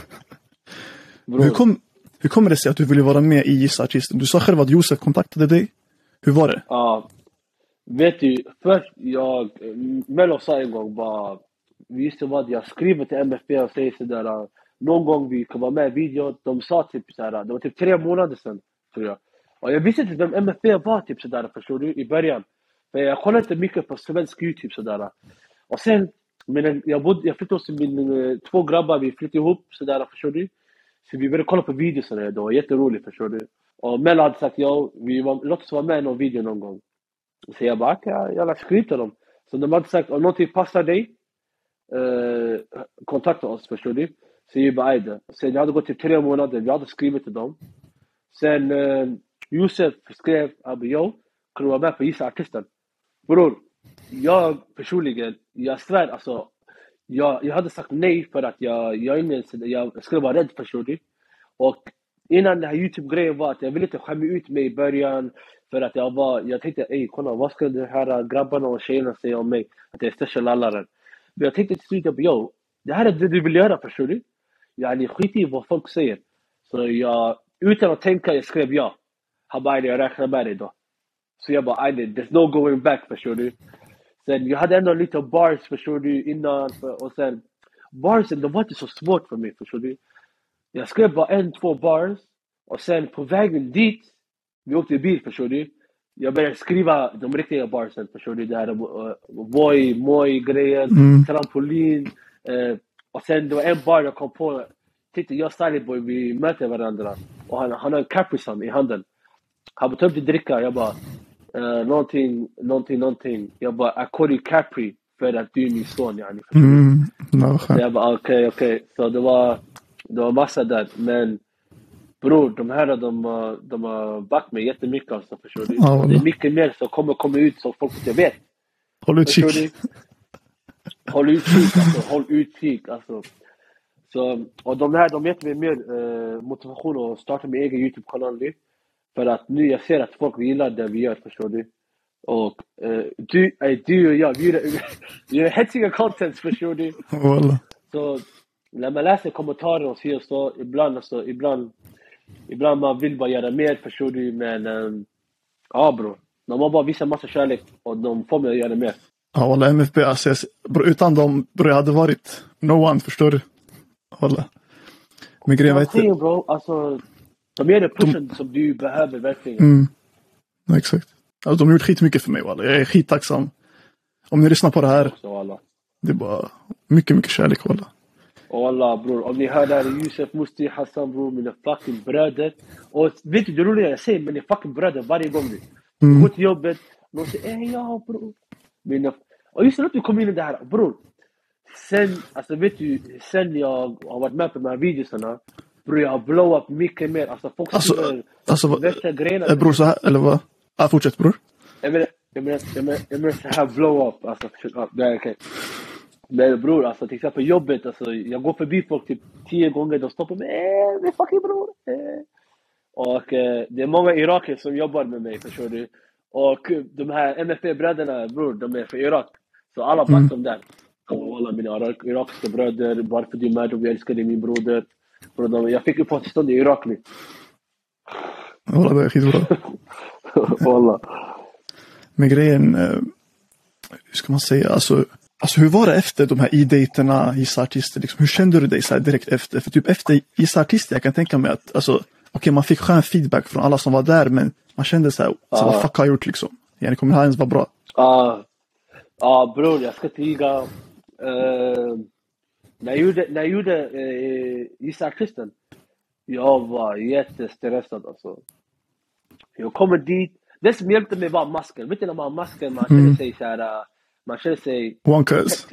Hur kommer det sig att du ville vara med i Gissa Artisten? Du sa själv att Josef kontaktade dig. Hur var det? Ja, vet du, först Mello sa en gång bara, visste vad, jag skriver till MFB och säger sådär, någon gång vi kan vara med i videon. De sa typ såhär, det var typ 3 månader sedan, tror jag. Och jag visste inte vem MFB var typ sådär, förstår du, i början. För jag kollade inte mycket på svensk YouTube sådär. Och sen, Men jag flyttade hos min 2 grabbar, vi flyttade ihop sådär, förstår du? Så vi började kolla på videos sådär, det var jätteroligt, förstår du? Och Mel hade sagt, låt oss vara med i någon video någon gång. Så jag bara, jag skriv till dem. Så de hade sagt, om någonting passar dig, kontakta oss, förstår du? Så jag bara, ajde. Sen jag hade gått till 3 månader, vi hade skrivit till dem. Sen Josef skrev, kan du vara med på Gissa Artisten? Bror, jag personligen, jag svär, alltså, jag hade sagt nej för att jag skulle vara rädd, förstår du? Och innan den här YouTube-grejen var att jag ville inte skämma ut mig i början. För att jag tänkte, kolla, vad ska de här grabbarna och tjejerna säga om mig? Att jag är största lallaren. Men jag tänkte till slut, det här är det du vill göra, förstår du? Skit i vad folk säger. Så utan att tänka, jag skrev ja. Jag räknar med dig då. Så jag bara, there's no going back, förstår du? Sen jag hade ändå lite bars, förstår du, innan. Och sen, barsen, de var inte så svårt för mig, förstår du? Jag skrev bara 1-2 bars. Och sen på vägen dit, vi åkte i bil, förstår du? Jag började skriva de riktiga barsen, förstår du? Det här moj-grejen, trampolin. Och sen det var en bar jag kom på. Titta, jag och Styling Boy, vi möter varandra. Och han har en Capri Sun i handen. Han bara, ta upp till dricka. Jag bara, någonting. Jag bara, jag kallar Capri för att du är min son, yani. Så jag bara, okej. Så det var massa där. Men bror, de här, de har backat mig jättemycket, alltså, förstår du? Det är mycket mer som kommer ut så folk inte vet. Håll utkik. Håll utkik, alltså. Så, och de ger mig mer motivation att starta min egen YouTube-kanal nu. För att nu jag ser att folk gillar det vi gör, förstår du? Och du och jag, vi gör hetsiga content, förstår du? Så när man läser kommentarer och så, ibland man vill bara göra mer, förstår du? Men bro, de har bara visat massa kärlek och de får mig att göra mer. Ja, walla, MFB, alltså, utan dem, bro, jag hade varit no one, förstår du? Walla. Men grejen var inte... bro, alltså, de är det pushen som du behöver verkligen. Ja, exakt. Alltså, de har gjort skitmycket för mig, walla. Jag är skittacksam. Om ni lyssnar på det här, det är bara mycket, mycket kärlek, walla. Och alla, bror, om ni hör där Josef, Musti, Hassan, bror, mina fucking bröder. Och vet du, det roliga jag säger, mina fucking bröder varje gång nu. Gå till jobbet, de säger, ja, bror. Och just när du kom in i det här, bror. Sen, vet du, sen jag har varit med på de här videorna, bror, jag har blow up mycket mer. Alltså, folk skriver värsta grejerna. Bror, så här, eller vad? Fortsätt, bror. Jag menar så här blow up, alltså, det är okej. Men bror, alltså till exempel jobbet, alltså jag går förbi folk typ 10 gånger, de stoppar mig, det är fucking bror. Och det är många iraker som jobbar med mig, förstår du? Och de här MFB-bröderna, bror, de är från Irak. Så alla backar dem där. Och alla mina irakiska bröder, varför du är med dem, jag älskar dig min broder. Jag fick uppehållstillstånd i Irak nu. Walla, det är skitbra. Walla. Men grejen, hur ska man säga, alltså hur var det efter de här e-daterna, Gissa Artister, liksom, hur kände du dig så här direkt efter? För typ efter Gissa Artister, jag kan tänka mig att, alltså, okej, man fick skön feedback från alla som var där, men man kände så här, vad fuck har jag gjort liksom? Jag kommer här ens vara bra. Bror, jag ska tiga. När jag gjorde Gissa Artisten, jag var jättestressad, alltså. Jag kommer dit, det som hjälpte mig var masken. Vet du, när man har masken, man känner sig så här, man känner sig one cuz.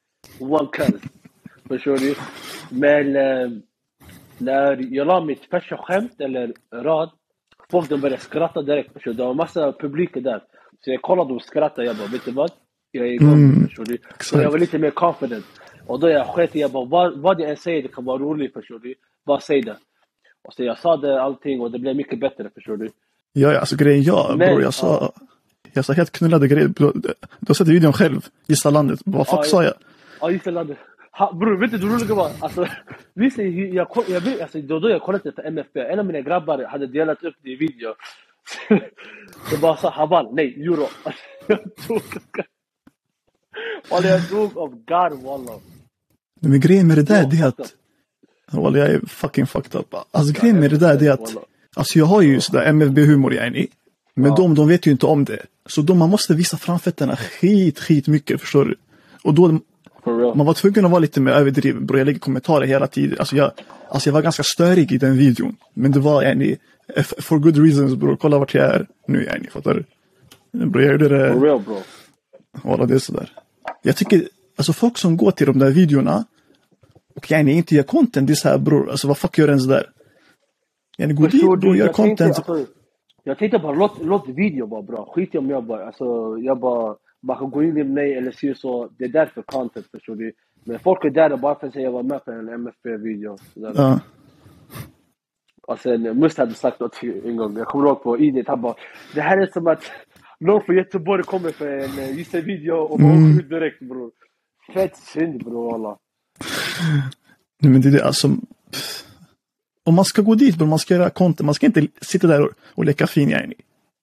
Förstår du? Men när jag la mitt första skämt eller rad, folk de började skratta direkt. Förstår du? Det var massa publiker där. Så jag kollade och skrattade. Jag bara, vet du vad? Jag är igång, förstår du? Så jag var lite mer confident. Och då jag sket, jag bara, vad jag än säger, det kan vara roligt, förstår du? Bara säg det. Och så jag sa det allting och det blev mycket bättre, förstår du? Ja, alltså grejen, bror, jag sa helt knullade grejer. Du har sett videon själv, Gissa landet. Vad fuck sa jag? Ja, Gissa landet. Bror, vet du hur roligt det var? Alltså, då jag kollade på MFB. En av mina grabbar hade delat upp det i video. Så bara sa, Haval, nej, euro. Jag tog av God, wallah. Men grejen med det där, det är att... Wallah, jag är fucking fucked up. Alltså grejen med det där, det är att... Alltså jag har ju sådär MFB-humor jag är i. Men de vet ju inte om det. Så man måste visa framfötterna skit mycket, förstår du? Och då For real. Man var tvungen att vara lite mer överdriven, bror. Jag lägger kommentarer hela tiden. Alltså jag var ganska störig i den videon. Men det var for good reasons, bror. Kolla vart jag är nu, fattar du? Bror, jag gjorde det. For real, bro. Voilà, det är sådär. Jag tycker, alltså folk som går till de där videorna och inte gör content, det är så här, bror. Alltså vad fuck gör ens där? Gå dit, bror, gör content. Jag tänkte bara, låt video vara bra. Skit om jag bara kan gå in i mig eller se så. Det är därför content, förstår du. Men folk är där bara för att säga jag var med på en MFB-video. Ja. Och sen Must hade sagt något en gång. Jag kommer ihåg på ID. Han bara, det här är som att någon från Göteborg kommer för en video och man åker ut direkt, bror. Fett synd, bror, alla. Nej, men det är alltså... Om man ska gå dit, bror, man ska göra content. Man ska inte sitta där och leka fin,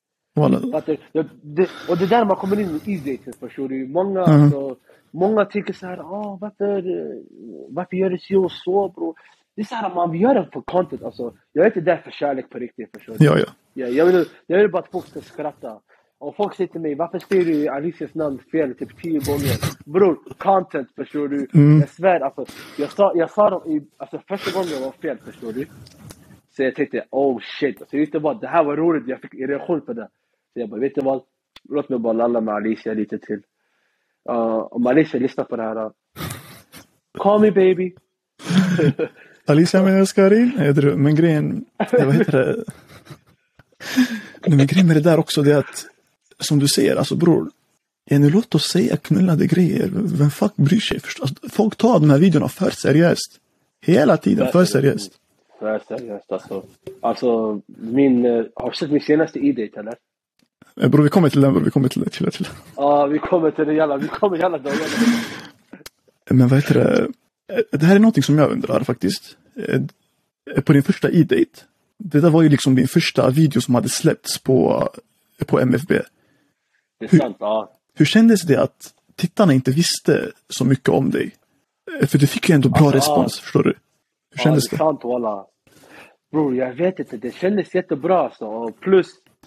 Och det där man kommer in i e-dating, förstår du. Många tycker så här, varför gör det så, bro? Det är så här, man gör det för content, alltså. Jag är inte där för kärlek på riktigt, förstår du. Ja. Jag vill bara att folk ska skratta. Och folk säger till mig, varför skriver du Alicias namn fel typ 10 gånger? Bror, content, förstår du. Jag svär, alltså. Jag sa dem första gången jag var fel, förstår du. Så jag tänkte, oh shit. Så jag vet vad, det här var roligt, jag fick reaktion på det. Så jag bara, vet du vad? Låt mig bara lalla med Alicia lite till. Om Alicia lyssnar på det här. Call me baby. Alicia, men älskarin. Men grejen, vad heter det? Men grejen med det där också, det är att, som du säger, alltså bror, låt oss säga knullade grejer. Vem fuck bryr sig? Förstås? Folk tar de här videorna för seriöst. Hela tiden, för seriöst. För seriöst, alltså. Alltså, har du sett min senaste e-date, eller? Bror, vi kommer till den, vi kommer till det. Ja, vi kommer till det, vi kommer jävla då. Men vad heter det? Det här är någonting som jag undrar faktiskt. På din första e-date, det där var ju liksom din första video som hade släppts på MFB. Det är sant, ja. Hur kändes det att tittarna inte visste så mycket om dig? För du fick ju ändå bra respons, förstår du? Hur kändes det? Det är sant, walla. Bror, jag vet inte, det kändes jättebra alltså. Och plus,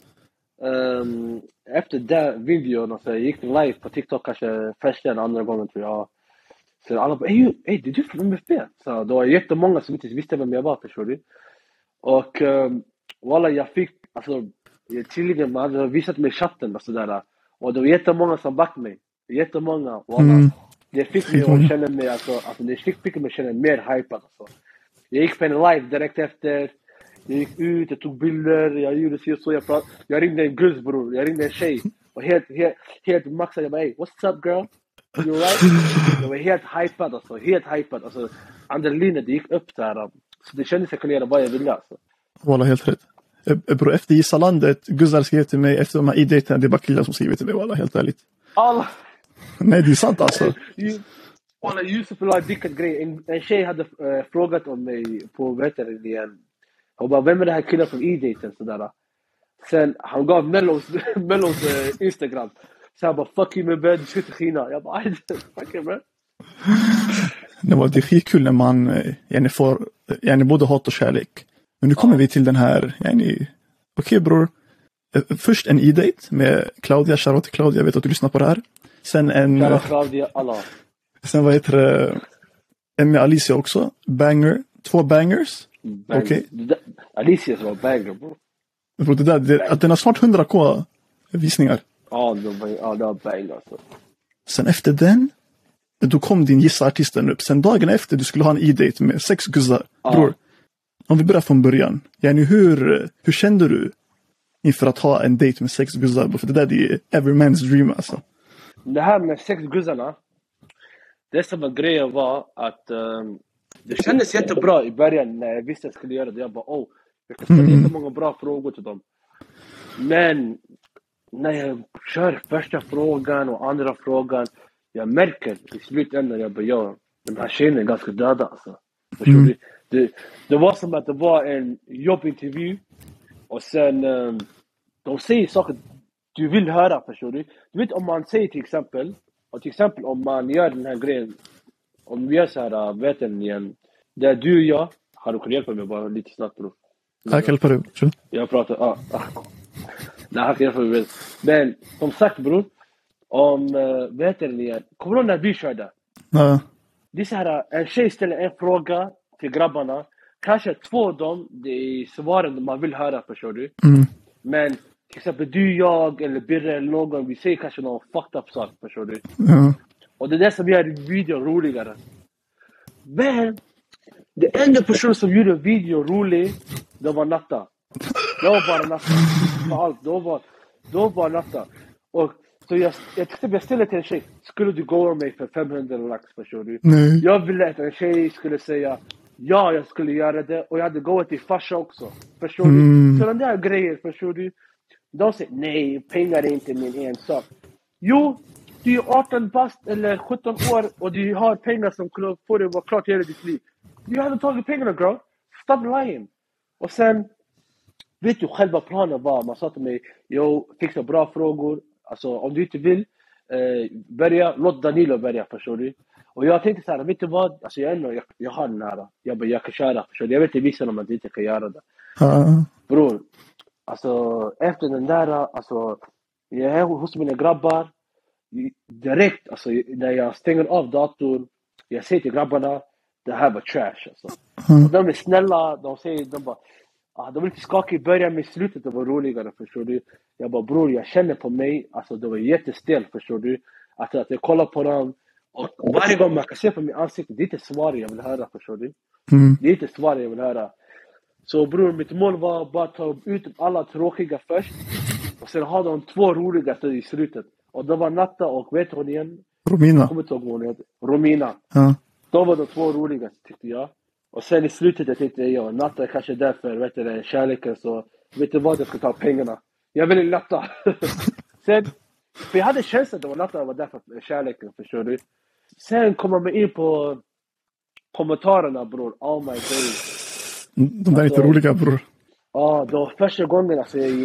efter den videon, så jag gick live på TikTok kanske första eller andra gången, tror jag. Så alla bara, det är du från MFB? Så då var det jättemånga som inte visste vem jag var, förstår du? Och walla, jag fick, alltså, tydligen man hade visat mig chatten och sådär. Och det var jättemånga som backade mig. Jättemånga, walla. Det fick mig att känna mig, alltså det fick mig att känna mer hypad, alltså. Jag gick på en live direkt efter. Jag gick ut, jag tog bilder, jag gjorde så, jag ringde en gudsbror, jag ringde en tjej. Och helt maxade, jag bara, hey, what's up girl? You right? Jag var helt hypad, alltså. Adrenalinet, det gick upp där. Så det kändes att jag kunde göra vad jag ville, alltså. Walla, helt rätt. Bror, efter Gissa-landet, Guzzar skrev till mig, efter de här e-daterna, det är bara killar som skriver till mig, walla, helt ärligt. Alla. Nej, det är sant alltså. Walla, Yusuf la dickat grej. En tjej hade frågat om mig på igen. Hon bara, vem är det här killen från e-daten? Sådär. Sen han gav Mellos Instagram. Så han bara, fuck you med bed, du ska inte skina. Jag bara, fuck you, bro. Det är skitkul när man får både hat och kärlek. Men nu kommer vi till den här, okej, bror. Först en e-date med Claudia, shoutout till Claudia, jag vet att du lyssnar på det här. Sen Claudia, alla. Sen vad heter det? En med Alicia också. Banger. 2 bangers. Okej. Alicia som var banger, bro. Bro, att den har snart 100k visningar. Ja, det var banger, alltså. Sen efter den, då kom din gissa-artisten upp. Sen dagen efter, du skulle ha en e-date med 6 guzzar. Bror, om vi börjar från början. Hur kände du inför att ha en date med 6 guzzar? För det där är every man's dream, alltså. Det här med 6 guzzarna, det som var grejen var att det kändes jättebra i början när jag visste att jag skulle göra det. Jag bara, jag kan ställa jättemånga bra frågor till dem. Men när jag kör första frågan och andra frågan, jag märker i slutändan, jag bara, den här tjejen är ganska döda, alltså. Förstår du? Det var som att det var en jobbintervju och sen de säger saker du vill höra, förstår du? Du vet om man säger till exempel om man gör den här grejen, om vi gör så här, vet ni igen, där du och jag, har du kunnat hjälpa mig bara lite snabbt, bro? Jag kan hjälpa dig, jag pratar, nej, jag kan hjälpa mig. Men som sagt, bror, om, vet ni igen, kommer du när vi körde? Ja. Det är så här, en tjej ställer en fråga till grabbarna. Kanske 2 av dem, det är svaren man vill höra, förstår du. Men till exempel du, jag eller Birre eller någon, vi säger kanske någon fucked up sak, förstår du. Ja. Och det är det som gör videon roligare. Men det enda personen som gjorde video rolig, det var Natta. Det var bara Natta. För allt, det var bara Natta. Och så jag ställde till en tjej, skulle du gå med mig för 500 lax, förstår du? Nej. Jag ville att en tjej skulle säga, ja, jag skulle göra det. Och jag hade gått till farsa också, förstår du? Så den där grejer, förstår du? De säger, nej, pengar är inte min en sak. Jo, du är 18 bast eller 17 år och du har pengar som kan få dig att vara klart hela ditt liv. Du hade tagit pengarna, girl. Stop lying. Och sen, vet du, själva planen var, man sa till mig, fixa bra frågor. Alltså, om du inte vill börja, låt Danilo börja, förstår du? Och jag tänkte så här, vet du vad? Alltså jag har den här. Jag kan köra, förstår du? Jag vet inte visa om att jag inte kan göra det. Bror, alltså efter den där, alltså jag är hos mina grabbar. Direkt, alltså när jag stänger av datorn, jag säger till grabbarna, det här var trash, alltså. Och de är snälla, de säger, de bara, de vill inte skaka i början, men slutet det var roligare, förstår du. Jag bara, bror, jag känner på mig, alltså det var jättestel, förstår du. Att jag kollar på dem, och varje gång man kan se på min ansikte, det är inte svar jag vill höra, förstår du. Det är inte svar jag vill höra. Så bror, mitt mål var bara att ta ut alla tråkiga först, och sen ha de 2 roligaste i slutet. Och det var Natta och vet hon igen? Romina. Romina. Ja. De var de 2 roligaste, tyckte jag. Och sen i slutet jag tänkte jag, Natta är kanske därför, vet du, kärleken, så vet du vad, jag ska ta pengarna. Jag ville Natta. Sen, för jag hade känslan att det var Natta var därför kärleken, förstår du. Sen kommer man in på kommentarerna, bror. Oh my god. De där är inte roliga, bror. Ja, det var första gången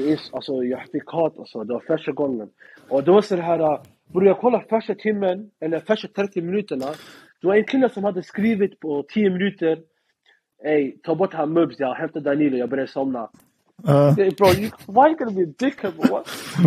jag fick hat, alltså. Det var första gången. Och det var så här, bror, jag kollade första timmen, eller första 30 minuterna. Det var en kille som hade skrivit på 10 minuter, ey, ta bort han Mubs, jag hämtar Danilo, jag börjar somna. Bro, why are you gonna be a dickhead, bro?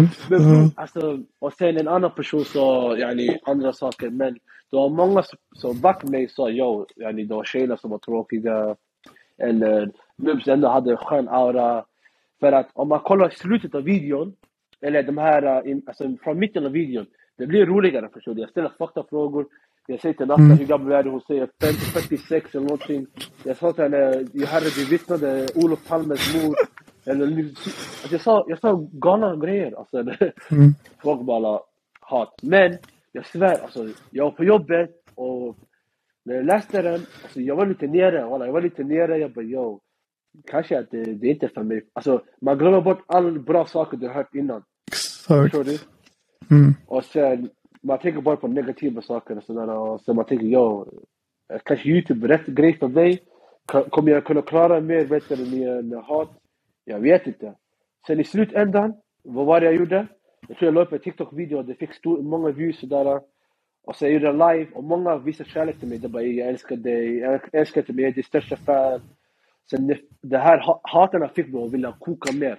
Alltså, och sen en annan person sa, andra saker, men det var många som bakom mig sa, det var tjejerna som var tråkiga, eller Mubs ändå hade skön aura. För att om man kollar slutet av videon, eller de här, alltså från mitten av videon, det blir roligare, förstår du. Jag ställer fakta frågor. Jag säger till Natta, hur gammal är du? Hon säger 56 eller någonting. Jag sa till henne, jag hörde du vittnade Olof Palmes mor. Eller, alltså jag sa galna grejer. Alltså, folk bara hat. Men jag svär, alltså, jag var på jobbet och när jag läste den, alltså, jag var lite nere. Jag bara, kanske att det är inte för mig. Alltså, man glömmer bort alla bra saker du har hört innan. Förstår du? Och sen man tänker bara på negativa saker och sådär. Och så man tänker, kanske YouTube är rätt grej för mig. Kommer jag kunna klara mer bättre med hat? Jag vet inte. Sen i slutändan, vad var det jag gjorde? Jag tror jag la upp en TikTok-video. Det fick många views och där. Och så jag gjorde live. Och många visade kärlek till mig. Det bara, jag älskar dig. Jag älskar dig. Jag är din största fan. Sen det här hatarna fick mig att vilja koka mer.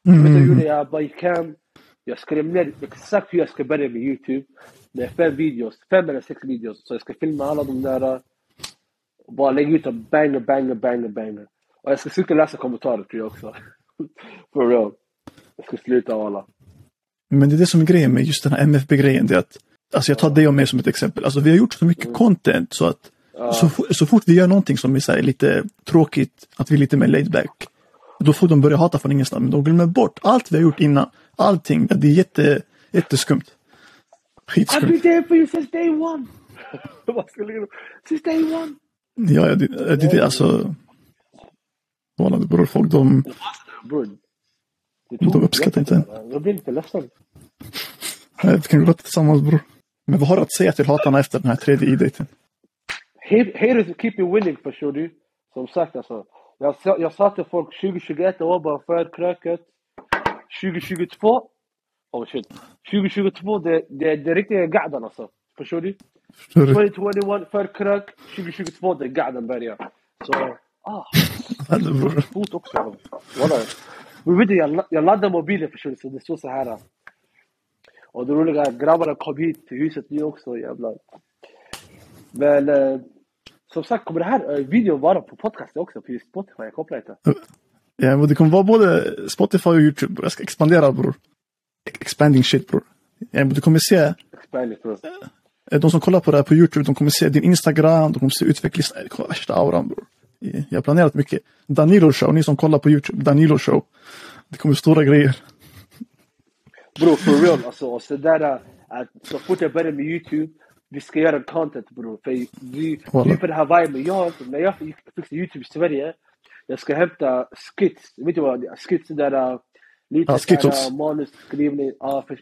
Jag bara gick hem. Jag skrev ner exakt hur jag ska börja med YouTube. Det är 5 eller 6 videos. Så jag ska filma alla de där. Och bara lägga ut en banger. Och jag ska sluta läsa kommentarer, tror jag också. For real. Jag ska sluta av alla. Men det är det som är grejen med just den här MFB-grejen. Det är att, alltså jag tar dig och mig som ett exempel. Alltså vi har gjort så mycket content så att så fort vi gör någonting som är så här, lite tråkigt, att vi är lite mer laid back, då får de börja hata från ingenstans. Men de glömmer bort allt vi har gjort innan. Allting. Det är jätteskumt. Skitskumt. I've been there for you since day one. Since day one. Ja, det är alltså... Vanligt bror, folk de uppskattar inte. Jag blir lite ledsen. Nej, vi kan gå tillsammans, bror. Men vad har du att säga till hatarna efter den här 3:e e-daten? Haters keep you winning, förstår du. Som sagt, alltså. Jag sa till folk 2021 var bara för kröket. 2022 2022 det är riktiga gadan, alltså. Förstår du? 2021 för krök. 2022 det är gadan börjar. Så fot också. Jag laddade mobilen, förstår du, så det står så här. Och det roliga grabbarna kom hit till huset nu också, jävlar. Men som sagt, kommer det här videon vara på podcast också? På Spotify, jag kopplar inte. Ja, men det kommer vara både Spotify och YouTube. Jag ska expandera, bror. Expanding shit, bror. Ja, men du kommer se... Expanding, bror. De som kollar på det här på YouTube, de kommer se din Instagram, de kommer se utvecklings... Det kommer vara värsta auran, bror. Jag har planerat mycket. Danilo Show, ni som kollar på YouTube, Danilo Show. Det kommer stora grejer. Bro, for real. Alltså, och så där att så fort jag börjar med YouTube, vi ska göra content, bro. För vi på det här viben. När jag fixar YouTube i Sverige, jag ska hämta skits. Vet du vad? Skits där lite där manusskrivning.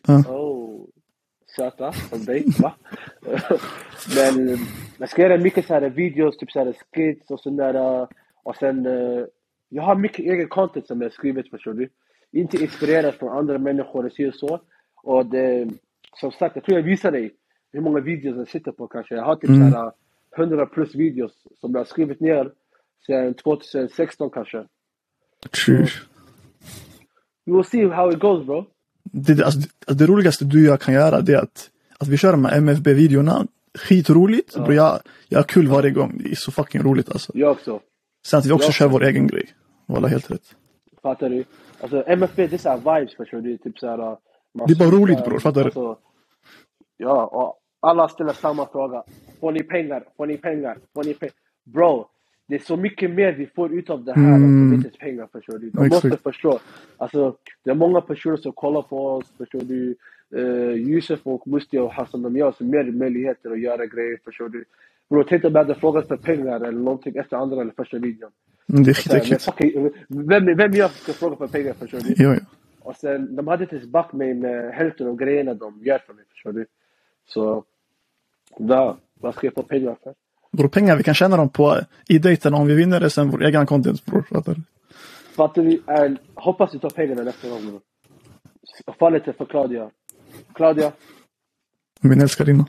Söta som dig, va? Men jag ska göra mycket så här videos, typ så här skits och sån där. Och sen, jag har mycket egen content som jag skrivit, förstår du. Inte inspirerad från andra människor och så. Och det, som sagt, jag tror jag visar dig hur många videos jag sitter på kanske. Jag har typ så här 100 plus videos som jag har skrivit ner sedan 2016 kanske. True. We will see how it goes, bro. Det roligaste du och jag kan göra, det är att vi kör de här MFB-videorna. Skitroligt. Ja. Jag har kul varje gång. Det är så fucking roligt alltså. Jag också. Sen att vi också kör vår egen grej. Alla helt rätt. Fattar du? Alltså MFB, det är så här vibes, förstår du? Typ så här, det är bara roligt, bror. Fattar du? Alltså, ja, och alla ställer samma fråga. Får ni pengar? Får ni pengar? Får ni pengar? Bro, det är så mycket mer vi får ut av det här än inte pengar, förstår du? De måste förstå. Alltså, det är många personer som kollar på oss, förstår du? Yusuf och Musti och Hassan, de gör så mer möjligheter att göra grejer, förstår du? Bro, tänk om jag hade frågat för pengar eller någonting efter andra eller första videon. Det är skitäckligt. Vem jag ska fråga för pengar, förstår du? Jo. Och sen, de hade tillbaka mig med hälften av grejerna de gör för mig, förstår du? Så, vad ska jag få pengar för? Bror, pengar, vi kan tjäna dem på i dejten om vi vinner det sen vår egen content, bror. Fattar du? Hoppas du tar pengarna nästa gång, bror. Fall lite för Claudia. Min älskarinna.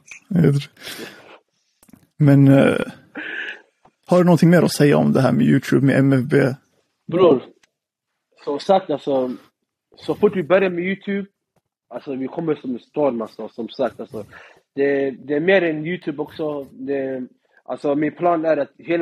Men har du någonting mer att säga om det här med YouTube, med MFB? Bror, som sagt, alltså, så fort vi börjar med YouTube, alltså vi kommer som en storm, alltså, som sagt, alltså, det är mer än YouTube också. Alltså min plan är att hela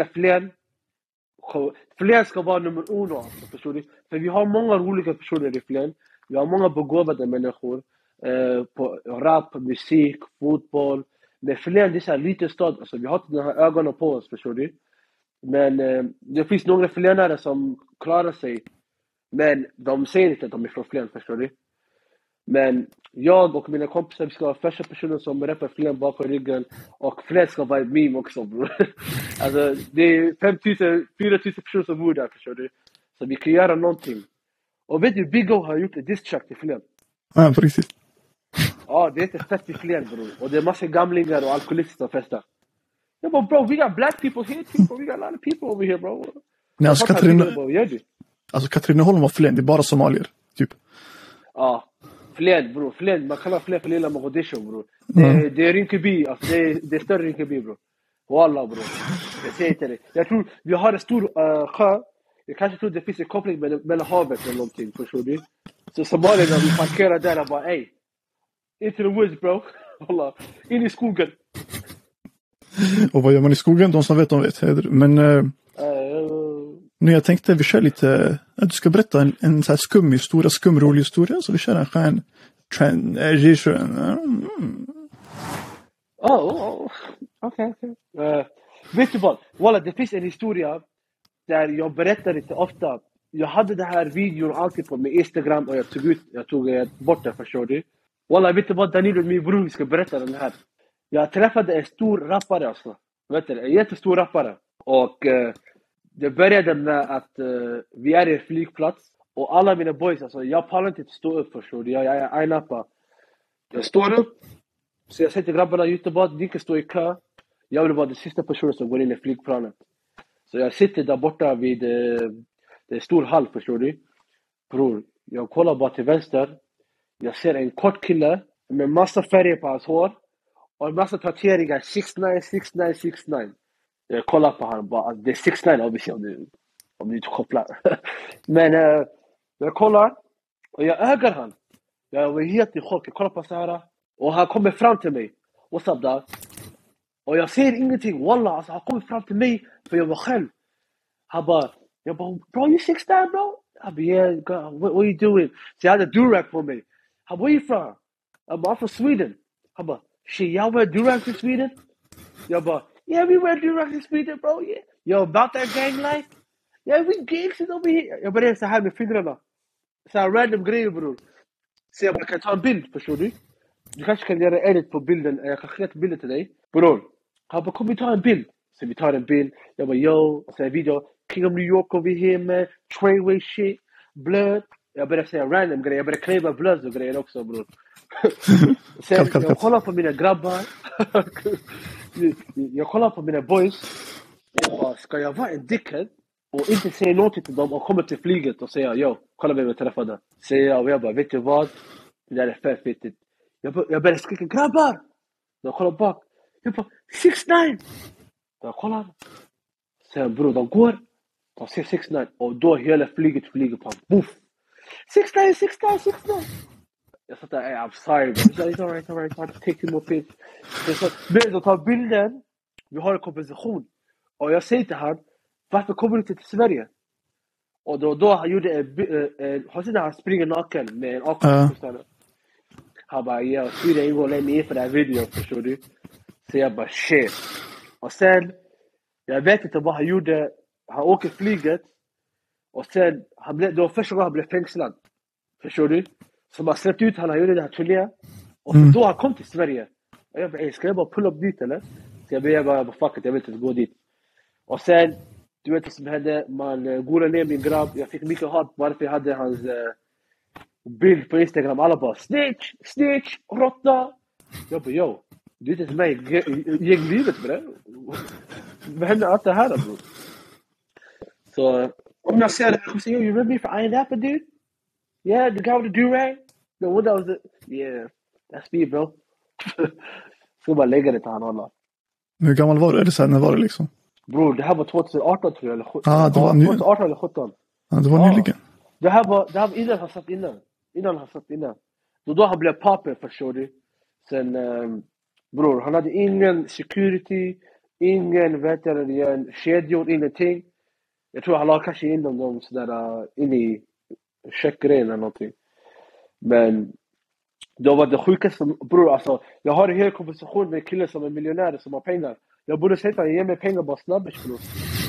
Flen ska vara nummer 1, alltså, förstår du? För vi har många olika personer i Flen. Vi har många begåvade människor på rap, musik, fotboll. Men Flen, det är så här liten stad, alltså, vi har inte den här ögonen på oss, förstår du? Men det finns några flenare som klarar sig. Men de säger inte att de är från Flen, förstår du? Men jag och mina kompisar ska vara första personer som rappar Flen bakom ryggen. Och Flen ska vara ett meme också, bror. Alltså, det är 4,000 personer som bor där, förstår du? Så vi kan göra någonting. Och vet du, Big O har gjort ett diss track till Flen. Ja, precis. Ja, det är inte fett i Flen, bror. Och det är massa gamlingar och alkoholister och festar. Ja, but bro, we got black people here too. We got a lot of people over here, bro. Nej, alltså Katrineholm var Flen, det är bara somalier, typ. Ja, Flen, bror. Flen, man kallar Flen för lilla Mogadishu, bror. Det är Rinkeby, alltså det är större Rinkeby, bror. Wallah, bror. Jag säger till dig. Jag tror, vi har en stor sjö. Jag kanske tror det finns en koppling mellan havet eller någonting, förstår du? Så somalierna, vi parkerar där och bara, ey, into the woods, bro. Wallah, in i skogen. Och vad gör man i skogen? De som vet, de vet. Men nu jag tänkte vi kör lite... Du ska berätta en så här skumrolig historia. Så vi kör en transition. Okej. Vet du vad? Walla, det finns en historia där jag berättar lite ofta. Jag hade det här videon alltid på min Instagram och jag tog bort det, förstår du? Walla, vet du vad, Danilo, min bror, vi ska berätta den här. Jag träffade en stor rappare, alltså. Vet du, en jättestor rappare. Och det började med att vi är i en flygplats. Och alla mina boys, alltså jag pallar inte att stå upp, förstår du? Jag är einappa. Jag står upp. Så jag säger till grabbarna i Göteborg, ni kan stå i kö. Jag vill vara den sista personen som går in i flygplanet. Så jag sitter där borta vid det stor hall, förstår du? Bror, jag kollar bara till vänster. Jag ser en kort kille med massa färger på hans hår. Och en massa tatueringar, 6'9". Jag kollar på honom bara, det är 6'9", obviously, om du inte kopplar. Men jag kollar och jag ögar han. Jag var helt i chock, jag kollar på så här. Och han kommer fram till mig. What's up, dog? Och jag ser ingenting. Wallah, alltså han kommer fram till mig. För jag var själv. Jag bara, bro, you 6'9", bro? I be, yeah, God, what are you doing? So I had a durag for me. Where you from? I'm from Sweden. Shit, y'all wear durags in Sweden? Yeah, we wear durags in Sweden, bro. Yeah. Yo, about that gang life? Yeah, we gangsters over here. Det är så här med fingrarna. Så här random grejer, bror. Så jag bara, kan ta en bild, förstår du? Du kanske kan göra edit på bilden. Jag kan skicka bilden till dig. Bror, han bara, kom vi ta en bild. Så vi tar en bild. Jag bara, yo. Och så en video. King of New York over here, man. Trainway shit. Blood. Jag började säga random grejer. Jag började kräva blood och grejer också, bror. Sen jag kollar på mina grabbar. Jag kollar på mina boys. Jag bara, ska jag vara en dickhead och inte säga något till dem och komma till flyget och säga, yo, kolla vem jag träffade. Säger jag och jag bara, vet du vad? Det där är fett fittigt. Jag börjar skrika, grabbar! De kollar bak. Jag bara, 6'9". De kollar. Sen bror, de går. De ser 6'9". Och då hela flyget flyger på. Boof! 6'9". Jag sa där, I'm sorry, bro. It's alright. Take two more pics. Men de tar bilden. Vi har en kompensation. Och jag säger till han, varför kommer du inte till Sverige? Och då han gjorde han springer naken med en AK. Han bara, yeah, Sweden ain't gonna let me in för den här videon, förstår du? Så jag bara, shit. Och sen, jag vet inte vad han gjorde. Han åker flyget. Och sen, det var första gången han blev fängslad. Förstår du? Så man släppte ut han gjorde det här turnén. Och då han kom till Sverige. Och jag bara, ska jag bara pull upp dit eller? Så jag bara, fuck it, jag vill inte gå dit. Och sen, du vet vad som hände. Man golade ner min grabb. Jag fick mycket hat varför jag hade hans bild på Instagram. Alla bara, snitch, råtta. Jag bara, yo, du är inte mig gänglivet, bro. Vad händer allt det här, bro? Så, om jag ser det här, jag säger, you remember me for Iron Apple, dude? Yeah, the guy with the do-rag? The one that was the... Yeah, that's me, bro. Så bara lägga det till han, alla. Hur gammal var du? Eller sen när var det liksom? Bror, det här var 2018 tror jag, eller 17. Det var 2018 eller 17. Ja, det var nyligen. Det här var innan han satt innan. Då han blev papper, förstår du. Sen, bror, han hade ingen security, ingen kedjor, ingenting. Jag tror han la kanske in dem sådär in i checkgrejen eller någonting. Men då var det sjukaste, bror, alltså, jag har en hel konversation med killar som är miljonärer som har pengar. Jag borde säga att jag ger mig pengar bara snabbast, bror.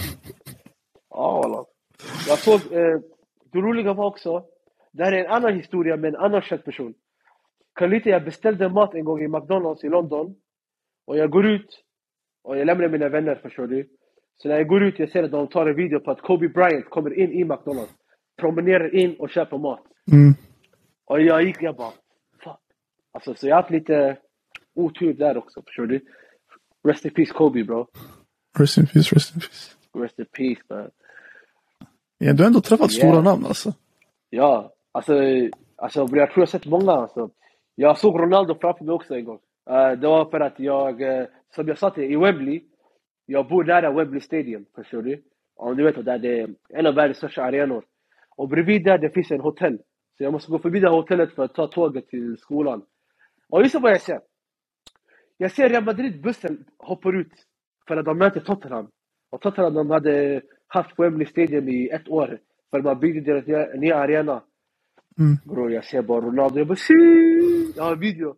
Ja, alla. Jag såg, det roliga var också, det här är en annan historia med en annan känd person. Carlita, jag beställde mat en gång i McDonalds i London. Och jag går ut och jag lämnar mina vänner, förstår du. Så när jag går ut, jag ser att de tar en video på att Kobe Bryant kommer in i McDonalds. Promenerar in och köper mat. Och jag bara, fuck. Alltså, så jag har haft lite otur där också, förstår du. Rest in peace, Kobe, bro. Rest in peace. Rest in peace, man. Ja, du har ändå träffat stora namn, alltså. Ja, alltså jag tror jag har sett många, alltså. Jag såg Ronaldo framför mig också en gång. Det var för att som jag sa till i Wembley, jag bor nära Wembley Stadium, förstår du? Om du vet att det är en av världens största arenor. Och bredvid där det finns en hotell. Så jag måste gå förbi det hotellet för att ta tåget till skolan. Och just vad jag ser. Jag ser Real Madrid-bussen hoppar ut för att de möter Tottenham. Och Tottenham, de hade haft Wembley Stadium i 1 år. För man byggde deras nya arena. Bro, jag ser bara Ronaldo. Jag bara, jag har en video.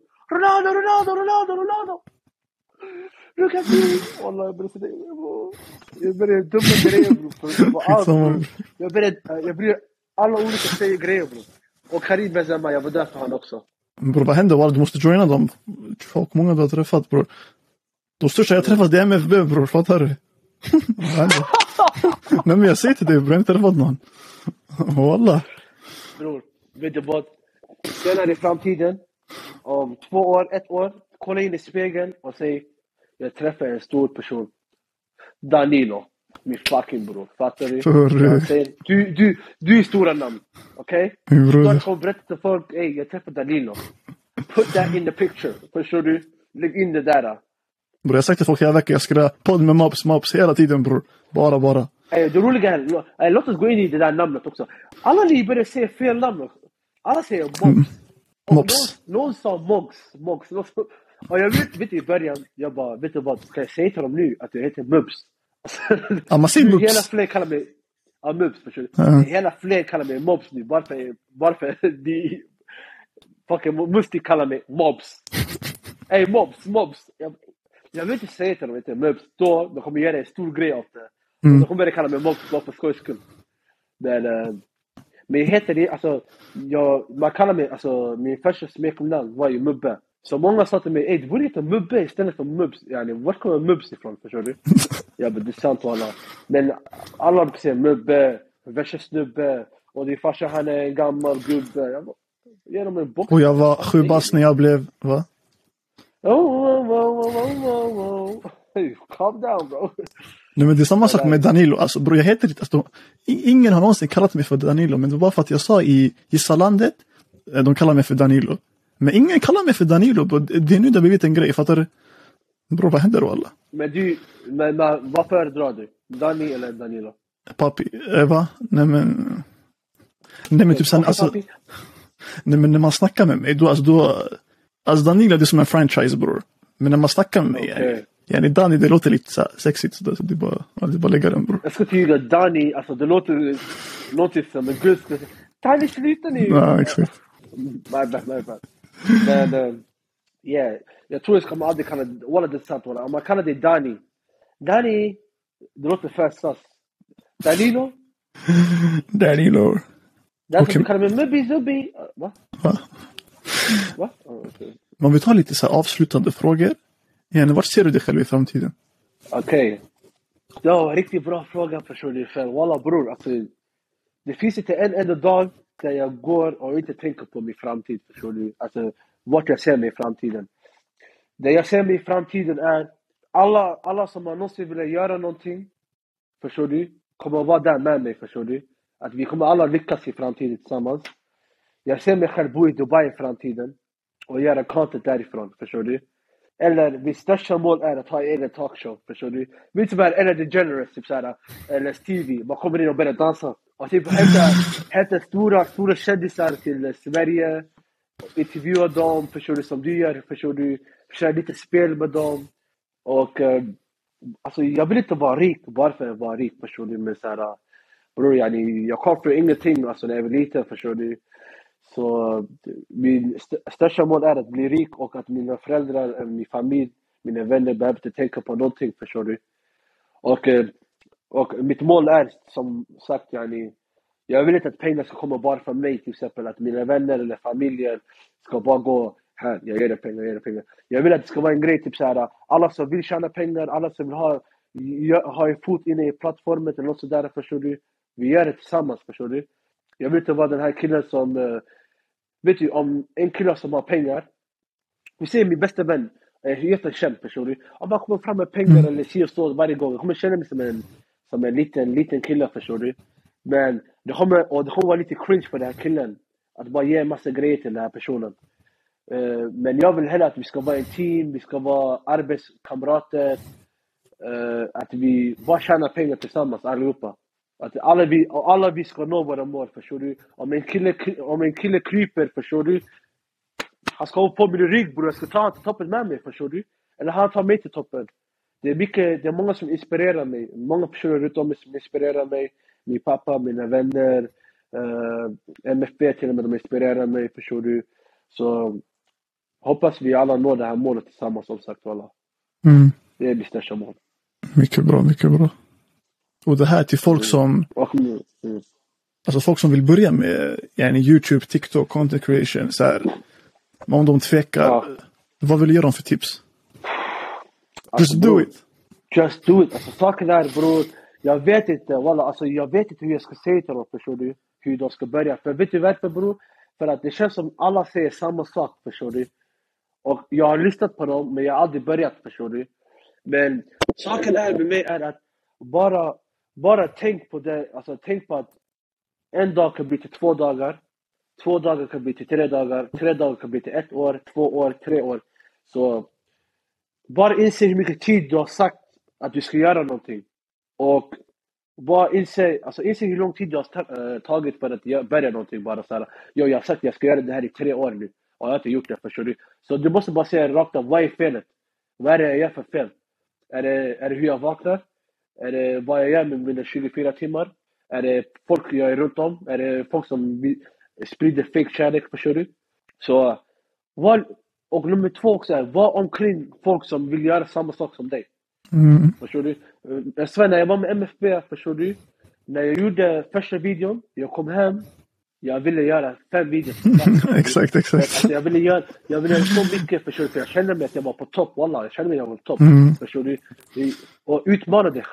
Ronaldo. Look at me. Wallah, jag började dumma grejer, bro. Jag började alla olika säger grejer, bro. Och Karim Benzema, jag var där för han också. Bro, vad hände? Du måste joina dem. Folk, många du har träffat, bro. De största jag träffat, det är MFB, bro. Fattar du? Nej, men jag säger till dig, bro. Jag har inte träffat någon. Wallah. Bror, vet du vad? Senare i framtiden, om 2 år, 1 år, kolla in i spegeln och säg, jag träffar en stor person. Danilo. Min fucking bror. Fattar du? Jag säger, du är stora namn. Okej? Okay? Då kommer berätta till folk, jag träffar Danilo. Put that in the picture. Förstår du? Lägg in det där. Bror, jag har sagt till folk hela veckan, jag ska podd med Mops hela tiden, bror. Bara. Det roliga är, låt oss gå in i det där namnet också. Alla ni börjar säga fel namn också. Alla säger Mops. Någon sa Mogs. Och jag vet i början, jag bara, vet du vad, ska jag säga till dem nu att jag heter Mubs? Ja, man säger Mubs. Hela fler kallar mig Mubs, förstår du? Hela fler kallar mig Mobs nu, bara för de fucking Musti kallar mig Mobs. Ey, Mobs. Jag vill inte säga till dem att jag heter Mubs, då kommer jag göra en stor grej av det. Då kommer jag kalla mig Mobs bara för skojs skull. Men jag heter det, alltså, man kallar mig, alltså, min första smeknamn var ju Mubbe. Så många sa till mig, du borde heta Mubbe istället för Mubs. Yani, vart kommer Mubs ifrån, förstår du? Jag bara, det är sant alla. Men alla säger Mubbe, värsta snubbe. Och din farsa, han är en gammal gubbe. Jag bara, ge dem en box. Och jag var 7 bast när jag blev, va? Calm down, bro. Nej, men det är samma sak med Danilo. Alltså, bro, jag heter inte, alltså, ingen har någonsin kallat mig för Danilo. Men det var för att jag sa i Gissalandet, de kallar mig för Danilo. Men ingen kallar mig för Danilo, bro. Det är nu det har blivit en grej, fattar du? Bro, vad händer då alla? Men vad föredrar du? Dani eller Danilo? Papi, va? Nej men typ sen, alltså... Nej, men när man snackar med mig, då, alltså Danilo är som en franchise, bror. Men när man snackar med mig, yani Dani, det låter lite så sexigt, så det är bara lägga den, bror. Jag ska tyga Dani, alltså det låter som en gud. Dani, sluta nu! Ja, exakt. My bad. Men, jag tror jag ska aldrig kalla det, walla det är sant, walla. Om man kallar det Dani, det låter för sass. Danilo? Danilo. Därför du kallar mig Mubbi. Va? Okay. Man vill ta lite så här avslutande frågor. Yani, vart ser du dig själv i framtiden? Okej. Ja, riktigt bra fråga förstår du. För walla bror, alltså, det finns inte en enda dag där jag går och inte tänker på min framtid, förstår du. Alltså, vart jag ser mig i framtiden. Det jag ser mig i framtiden är alla som har någonsin vill göra någonting, förstår du, kommer att vara där med mig, förstår du. Att vi kommer alla lyckas i framtiden tillsammans. Jag ser mig själv bo i Dubai i framtiden och göra content därifrån, förstår du. Eller mitt största mål är att ha en egen talkshow, förstår du. Mitt som är Ellen DeGeneres, typ såhär, eller Stevie. Man kommer in och börjar dansa. Och typ hämta stora kändisar till Sverige. Intervjua dem, förstår du, som du gör, förstår du. Köra lite spel med dem. Och alltså jag vill inte vara rik bara för att vara rik, förstår du. Men såhär, bror, jag kom för ingenting alltså när jag var liten, förstår du. Så min största mål är att bli rik och att mina föräldrar, min familj, mina vänner behöver inte tänka på någonting, förstår du. Och mitt mål är, som sagt, jag vill inte att pengar ska komma bara från mig, till exempel att mina vänner eller familjen ska bara gå här, jag ger dig pengar. Jag vill att det ska vara en grej, typ såhär, alla som vill tjäna pengar, alla som vill ha en fot inne i plattformen eller något sådär, förstår du. Vi gör det tillsammans, förstår du. Jag vill inte vara den här killen som, vet du, om en kille som har pengar. Vi ser min bästa vän, jättekänd, förstår du. Om han kommer fram med pengar eller si och så varje gång, jag kommer känna mig som en liten kille, förstår du. Men det kommer vara lite cringe för den här killen. Att bara ge en massa grejer till den här personen. Men jag vill hellre att vi ska vara en team, vi ska vara arbetskamrater. Att vi bara tjänar pengar tillsammans, allihopa. Att alla vi ska nå våra mål, förstår du. Om en kille kryper, förstår du. Han ska hoppa på min rygg, bror. Jag ska ta han till toppen med mig, förstår du. Eller han tar mig till toppen. Det är många som inspirerar mig. Många personer runt om mig som inspirerar mig. Min pappa, mina vänner. MFB till och med, de inspirerar mig, förstår du. Så hoppas vi alla når det här målet tillsammans, som sagt, alla. Det är mitt största mål. Mycket bra. Och det här till folk som alltså folk som vill börja med YouTube, TikTok, content creation så här. Men om de tvekar, vad vill du ge dem för tips? Just do it. Alltså saken är, bror, jag vet inte hur jag ska säga till dem, förstår du, hur de ska börja. För vet du varför, bror? För att det känns som alla säger samma sak, förstår du. Och jag har lyssnat på dem, men jag har aldrig börjat, förstår du. Men saken är med mig är att bara tänk på det, alltså tänk på att en dag kan bli till 2 dagar, 2 dagar kan bli till 3 dagar, 3 dagar kan bli till 1 år, 2 år, 3 år. Så bara inse hur mycket tid du har sagt att du ska göra någonting. Och bara inse hur lång tid du har tagit för att börja någonting. Bara så här, jag har sagt att jag ska göra det här i 3 år nu. Och jag har inte gjort det, förstår du. Så du måste bara säga rakt av, vad är felet? Vad är det jag gör för fel? Är det hur jag vaknar? Är det vad jag gör med mina 24 timmar? Är det folk jag är runt om? Är det folk som sprider fake kärlek, förstår du? Så, och nummer 2 också är, var omkring folk som vill göra samma sak som dig. Förstår du? När jag var med MFB, förstår du? När jag gjorde första videon, jag kom hem, jag ville göra 5 videos. Exakt. Alltså, jag ville göra så mycket, förstår du? För jag kände mig att jag var på topp, wallah. Jag kände mig att jag var på topp, förstår du? Och utmana dig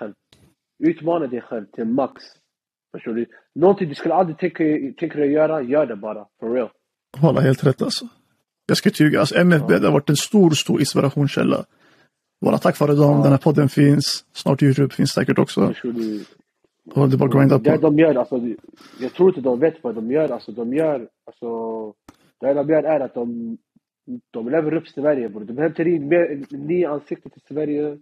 själv till max. Förstår du? Någonting du skulle aldrig tänka dig göra, gör det bara, for real. Hålla helt rätt alltså. Jag ska tyga, alltså MFB det har varit en stor inspirationskälla. Våra tack för dem, den här podden finns. Snart YouTube finns säkert också. Och det bara grinda på. Det de gör, alltså, jag tror inte de vet vad de gör. Alltså, det de gör är att de lever upp Sverige. De hämtar in mer nya ansikten till Sverige.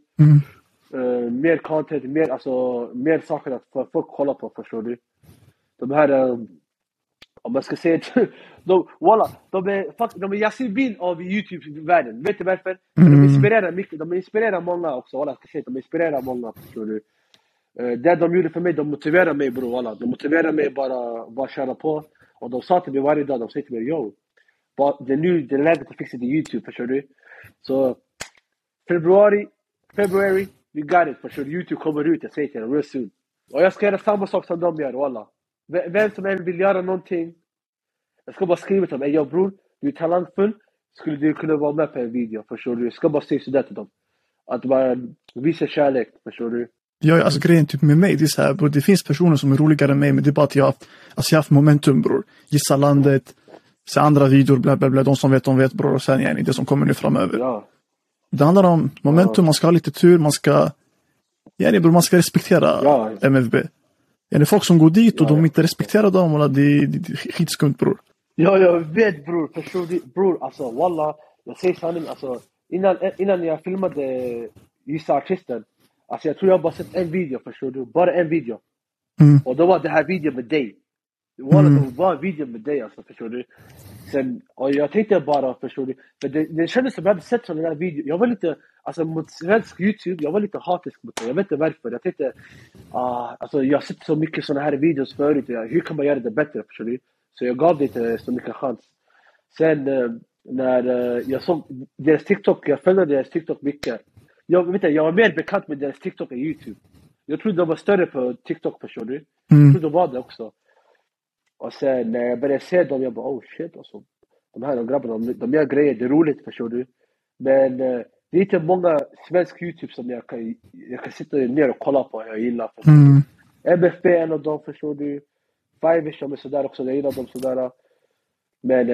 Mer content, mer saker att folk kolla på, förstår du. De här, om man ska säga de är Yasin av YouTube-världen. Vet du varför? De inspirerar mycket. De inspirerar många också. Walla, ska säga, de inspirerar många, förstår du. Det de gjorde för mig, de motiverar mig, bro. Walla. De motiverar mig bara köra på. Och de sa till mig varje dag, de säger till mig, yo, det är läget att fixa det YouTube, förstår du. Så February, we got it, förstår du. YouTube kommer ut, jag säger till dem, real soon. Och jag ska göra samma sak som de gör, walla. Vem som än vill göra någonting, jag ska bara skriva till dem, yo bror, du är talangfull, skulle du kunna vara med på en video, förstår du. Jag ska bara säga sådär till dem. Att bara visa kärlek, förstår du. Ja, alltså grejen typ med mig, det är så här, bro, det finns personer som är roligare än mig, men det är bara att jag har haft momentum, bror. Gissa landet, se andra videor, bla bla bla, de som vet, bror, och sen det som kommer nu framöver. Ja. Det handlar om momentum, man ska ha lite tur, man ska respektera MFB. Det är folk som går dit och de inte respekterar dem, och det är skitskumt, bror. Ja, jag vet, bror, förstår du, bror, alltså, wallah, jag säger sanning, alltså, innan jag filmade Gissa artisten, alltså jag tror jag bara sett en video, förstår du, bara en video. Och då var det här video med dig. Wallah, det var en video med dig, alltså, förstår du. Sen, och jag tänkte bara, förstår du, för det kändes som jag hade sett sådana här video. Jag var lite, alltså mot svensk YouTube, jag var lite hatisk mot det. Jag vet inte varför. Jag tänkte, alltså jag har sett så mycket sådana här videos förut. Hur kan man göra det bättre, förstår du? Så jag gav det inte så mycket chans. Sen när jag såg deras TikTok, jag följde deras TikTok mycket. Jag var mer bekant med deras TikTok än YouTube. Jag trodde de var större på TikTok, förstår du? Jag trodde de var det också. Och sen när jag började se dem, jag bara, oh shit, alltså. De grabbarna, de gör grejer, det är roligt, förstår du. Men det är inte många svensk YouTube som jag kan sitta ner och kolla på, jag gillar. MFB är en av dem, förstår du. Five-ish, de är sådär också, jag gillar dem sådär. Men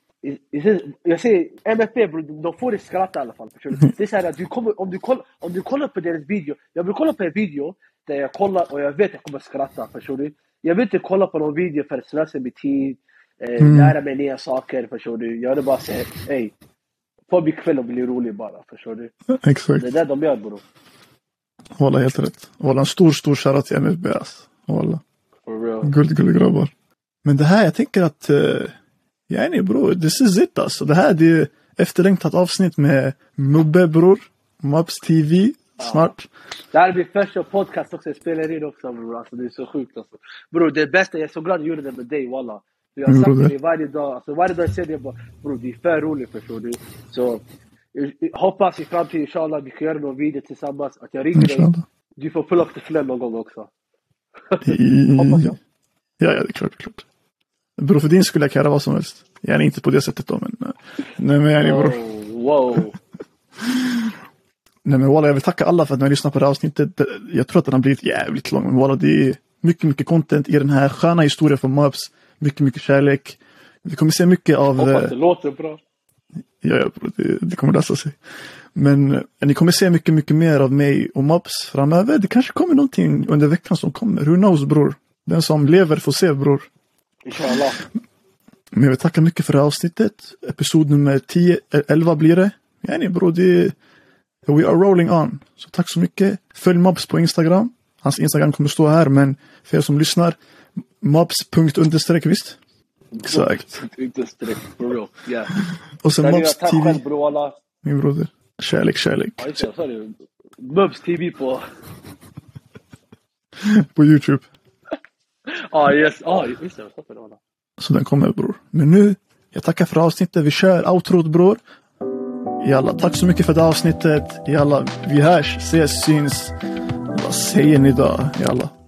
jag säger, MFB, bro, de får det skratta i alla fall, förstår du. Det är såhär att om du kollar på deras video, jag vill kolla på en video där jag kollar och jag vet att jag kommer skratta, förstår du. Jag vill inte kolla på någon video för att slösa min tid, lära mig nya saker, förstår du. Jag vill bara säga, hej, få mig kväll och bli rolig bara, förstår du. Exakt. Det är det de gör, bro. Hålla helt rätt. Hålla en stor kära till MFB, alltså. Hålla. For real. Guldgrabbar. Men det här, jag tänker att bror, this is it, alltså. Det här, det är efterlängtat avsnitt med Mubbe, bror. Mobs TV. Snart. Det här blir första podcast också, jag spelar in också, bro. Alltså, det är så sjukt, alltså. Bro, det bästa, jag är så glad jag gjorde det med dig, wallah. Jag har sagt det varje dag, alltså varje dag jag ser det, bara, bro, det är för roligt, förstår du. Så, hoppas i framtiden, inshallah, vi kan göra någon video tillsammans, att jag ringer dig. Du får pull up the flame någon gång också. Hoppas jag. Ja, det är klart. Bro, för din skulle jag kan göra vad som helst. Jag är inte på det sättet då, men... Nej, men jag är bro. Wow. Nej, men walla, jag vill tacka alla för att ni har lyssnat på det här avsnittet. Jag tror att den har blivit jävligt lång, men walla, det är mycket content i den här sköna historien från Mobs. Mycket kärlek. Vi kommer se mycket av... Hoppas det låter bra. Ja, det kommer lösa sig. Men ni kommer se mycket mer av mig och Mobs framöver. Det kanske kommer någonting under veckan som kommer. Who knows, bror? Den som lever får se, bror. Inshallah. Men jag vill tacka mycket för det här avsnittet. Episod nummer 11 blir det. Ja, bror, we are rolling on. Så tack så mycket. Följ Mobs på Instagram. Hans Instagram kommer stå här, men för er som lyssnar, mobs._ visst? Exakt. Inte streck, for real. Yeah. Och sen Mobs Tack TV. själv, bro, alla. Min broder. Kärlek. Ja, just det, sorry. Mobs TV på... På YouTube. Yes. Just det, jag stoppade det. Så den kommer, bror. Men nu, jag tackar för avsnittet. Vi kör outrot, bror. Jalla, tack så mycket för det avsnittet. Jalla, vi hörs, ses, syns. Vad säger ni då? Jalla.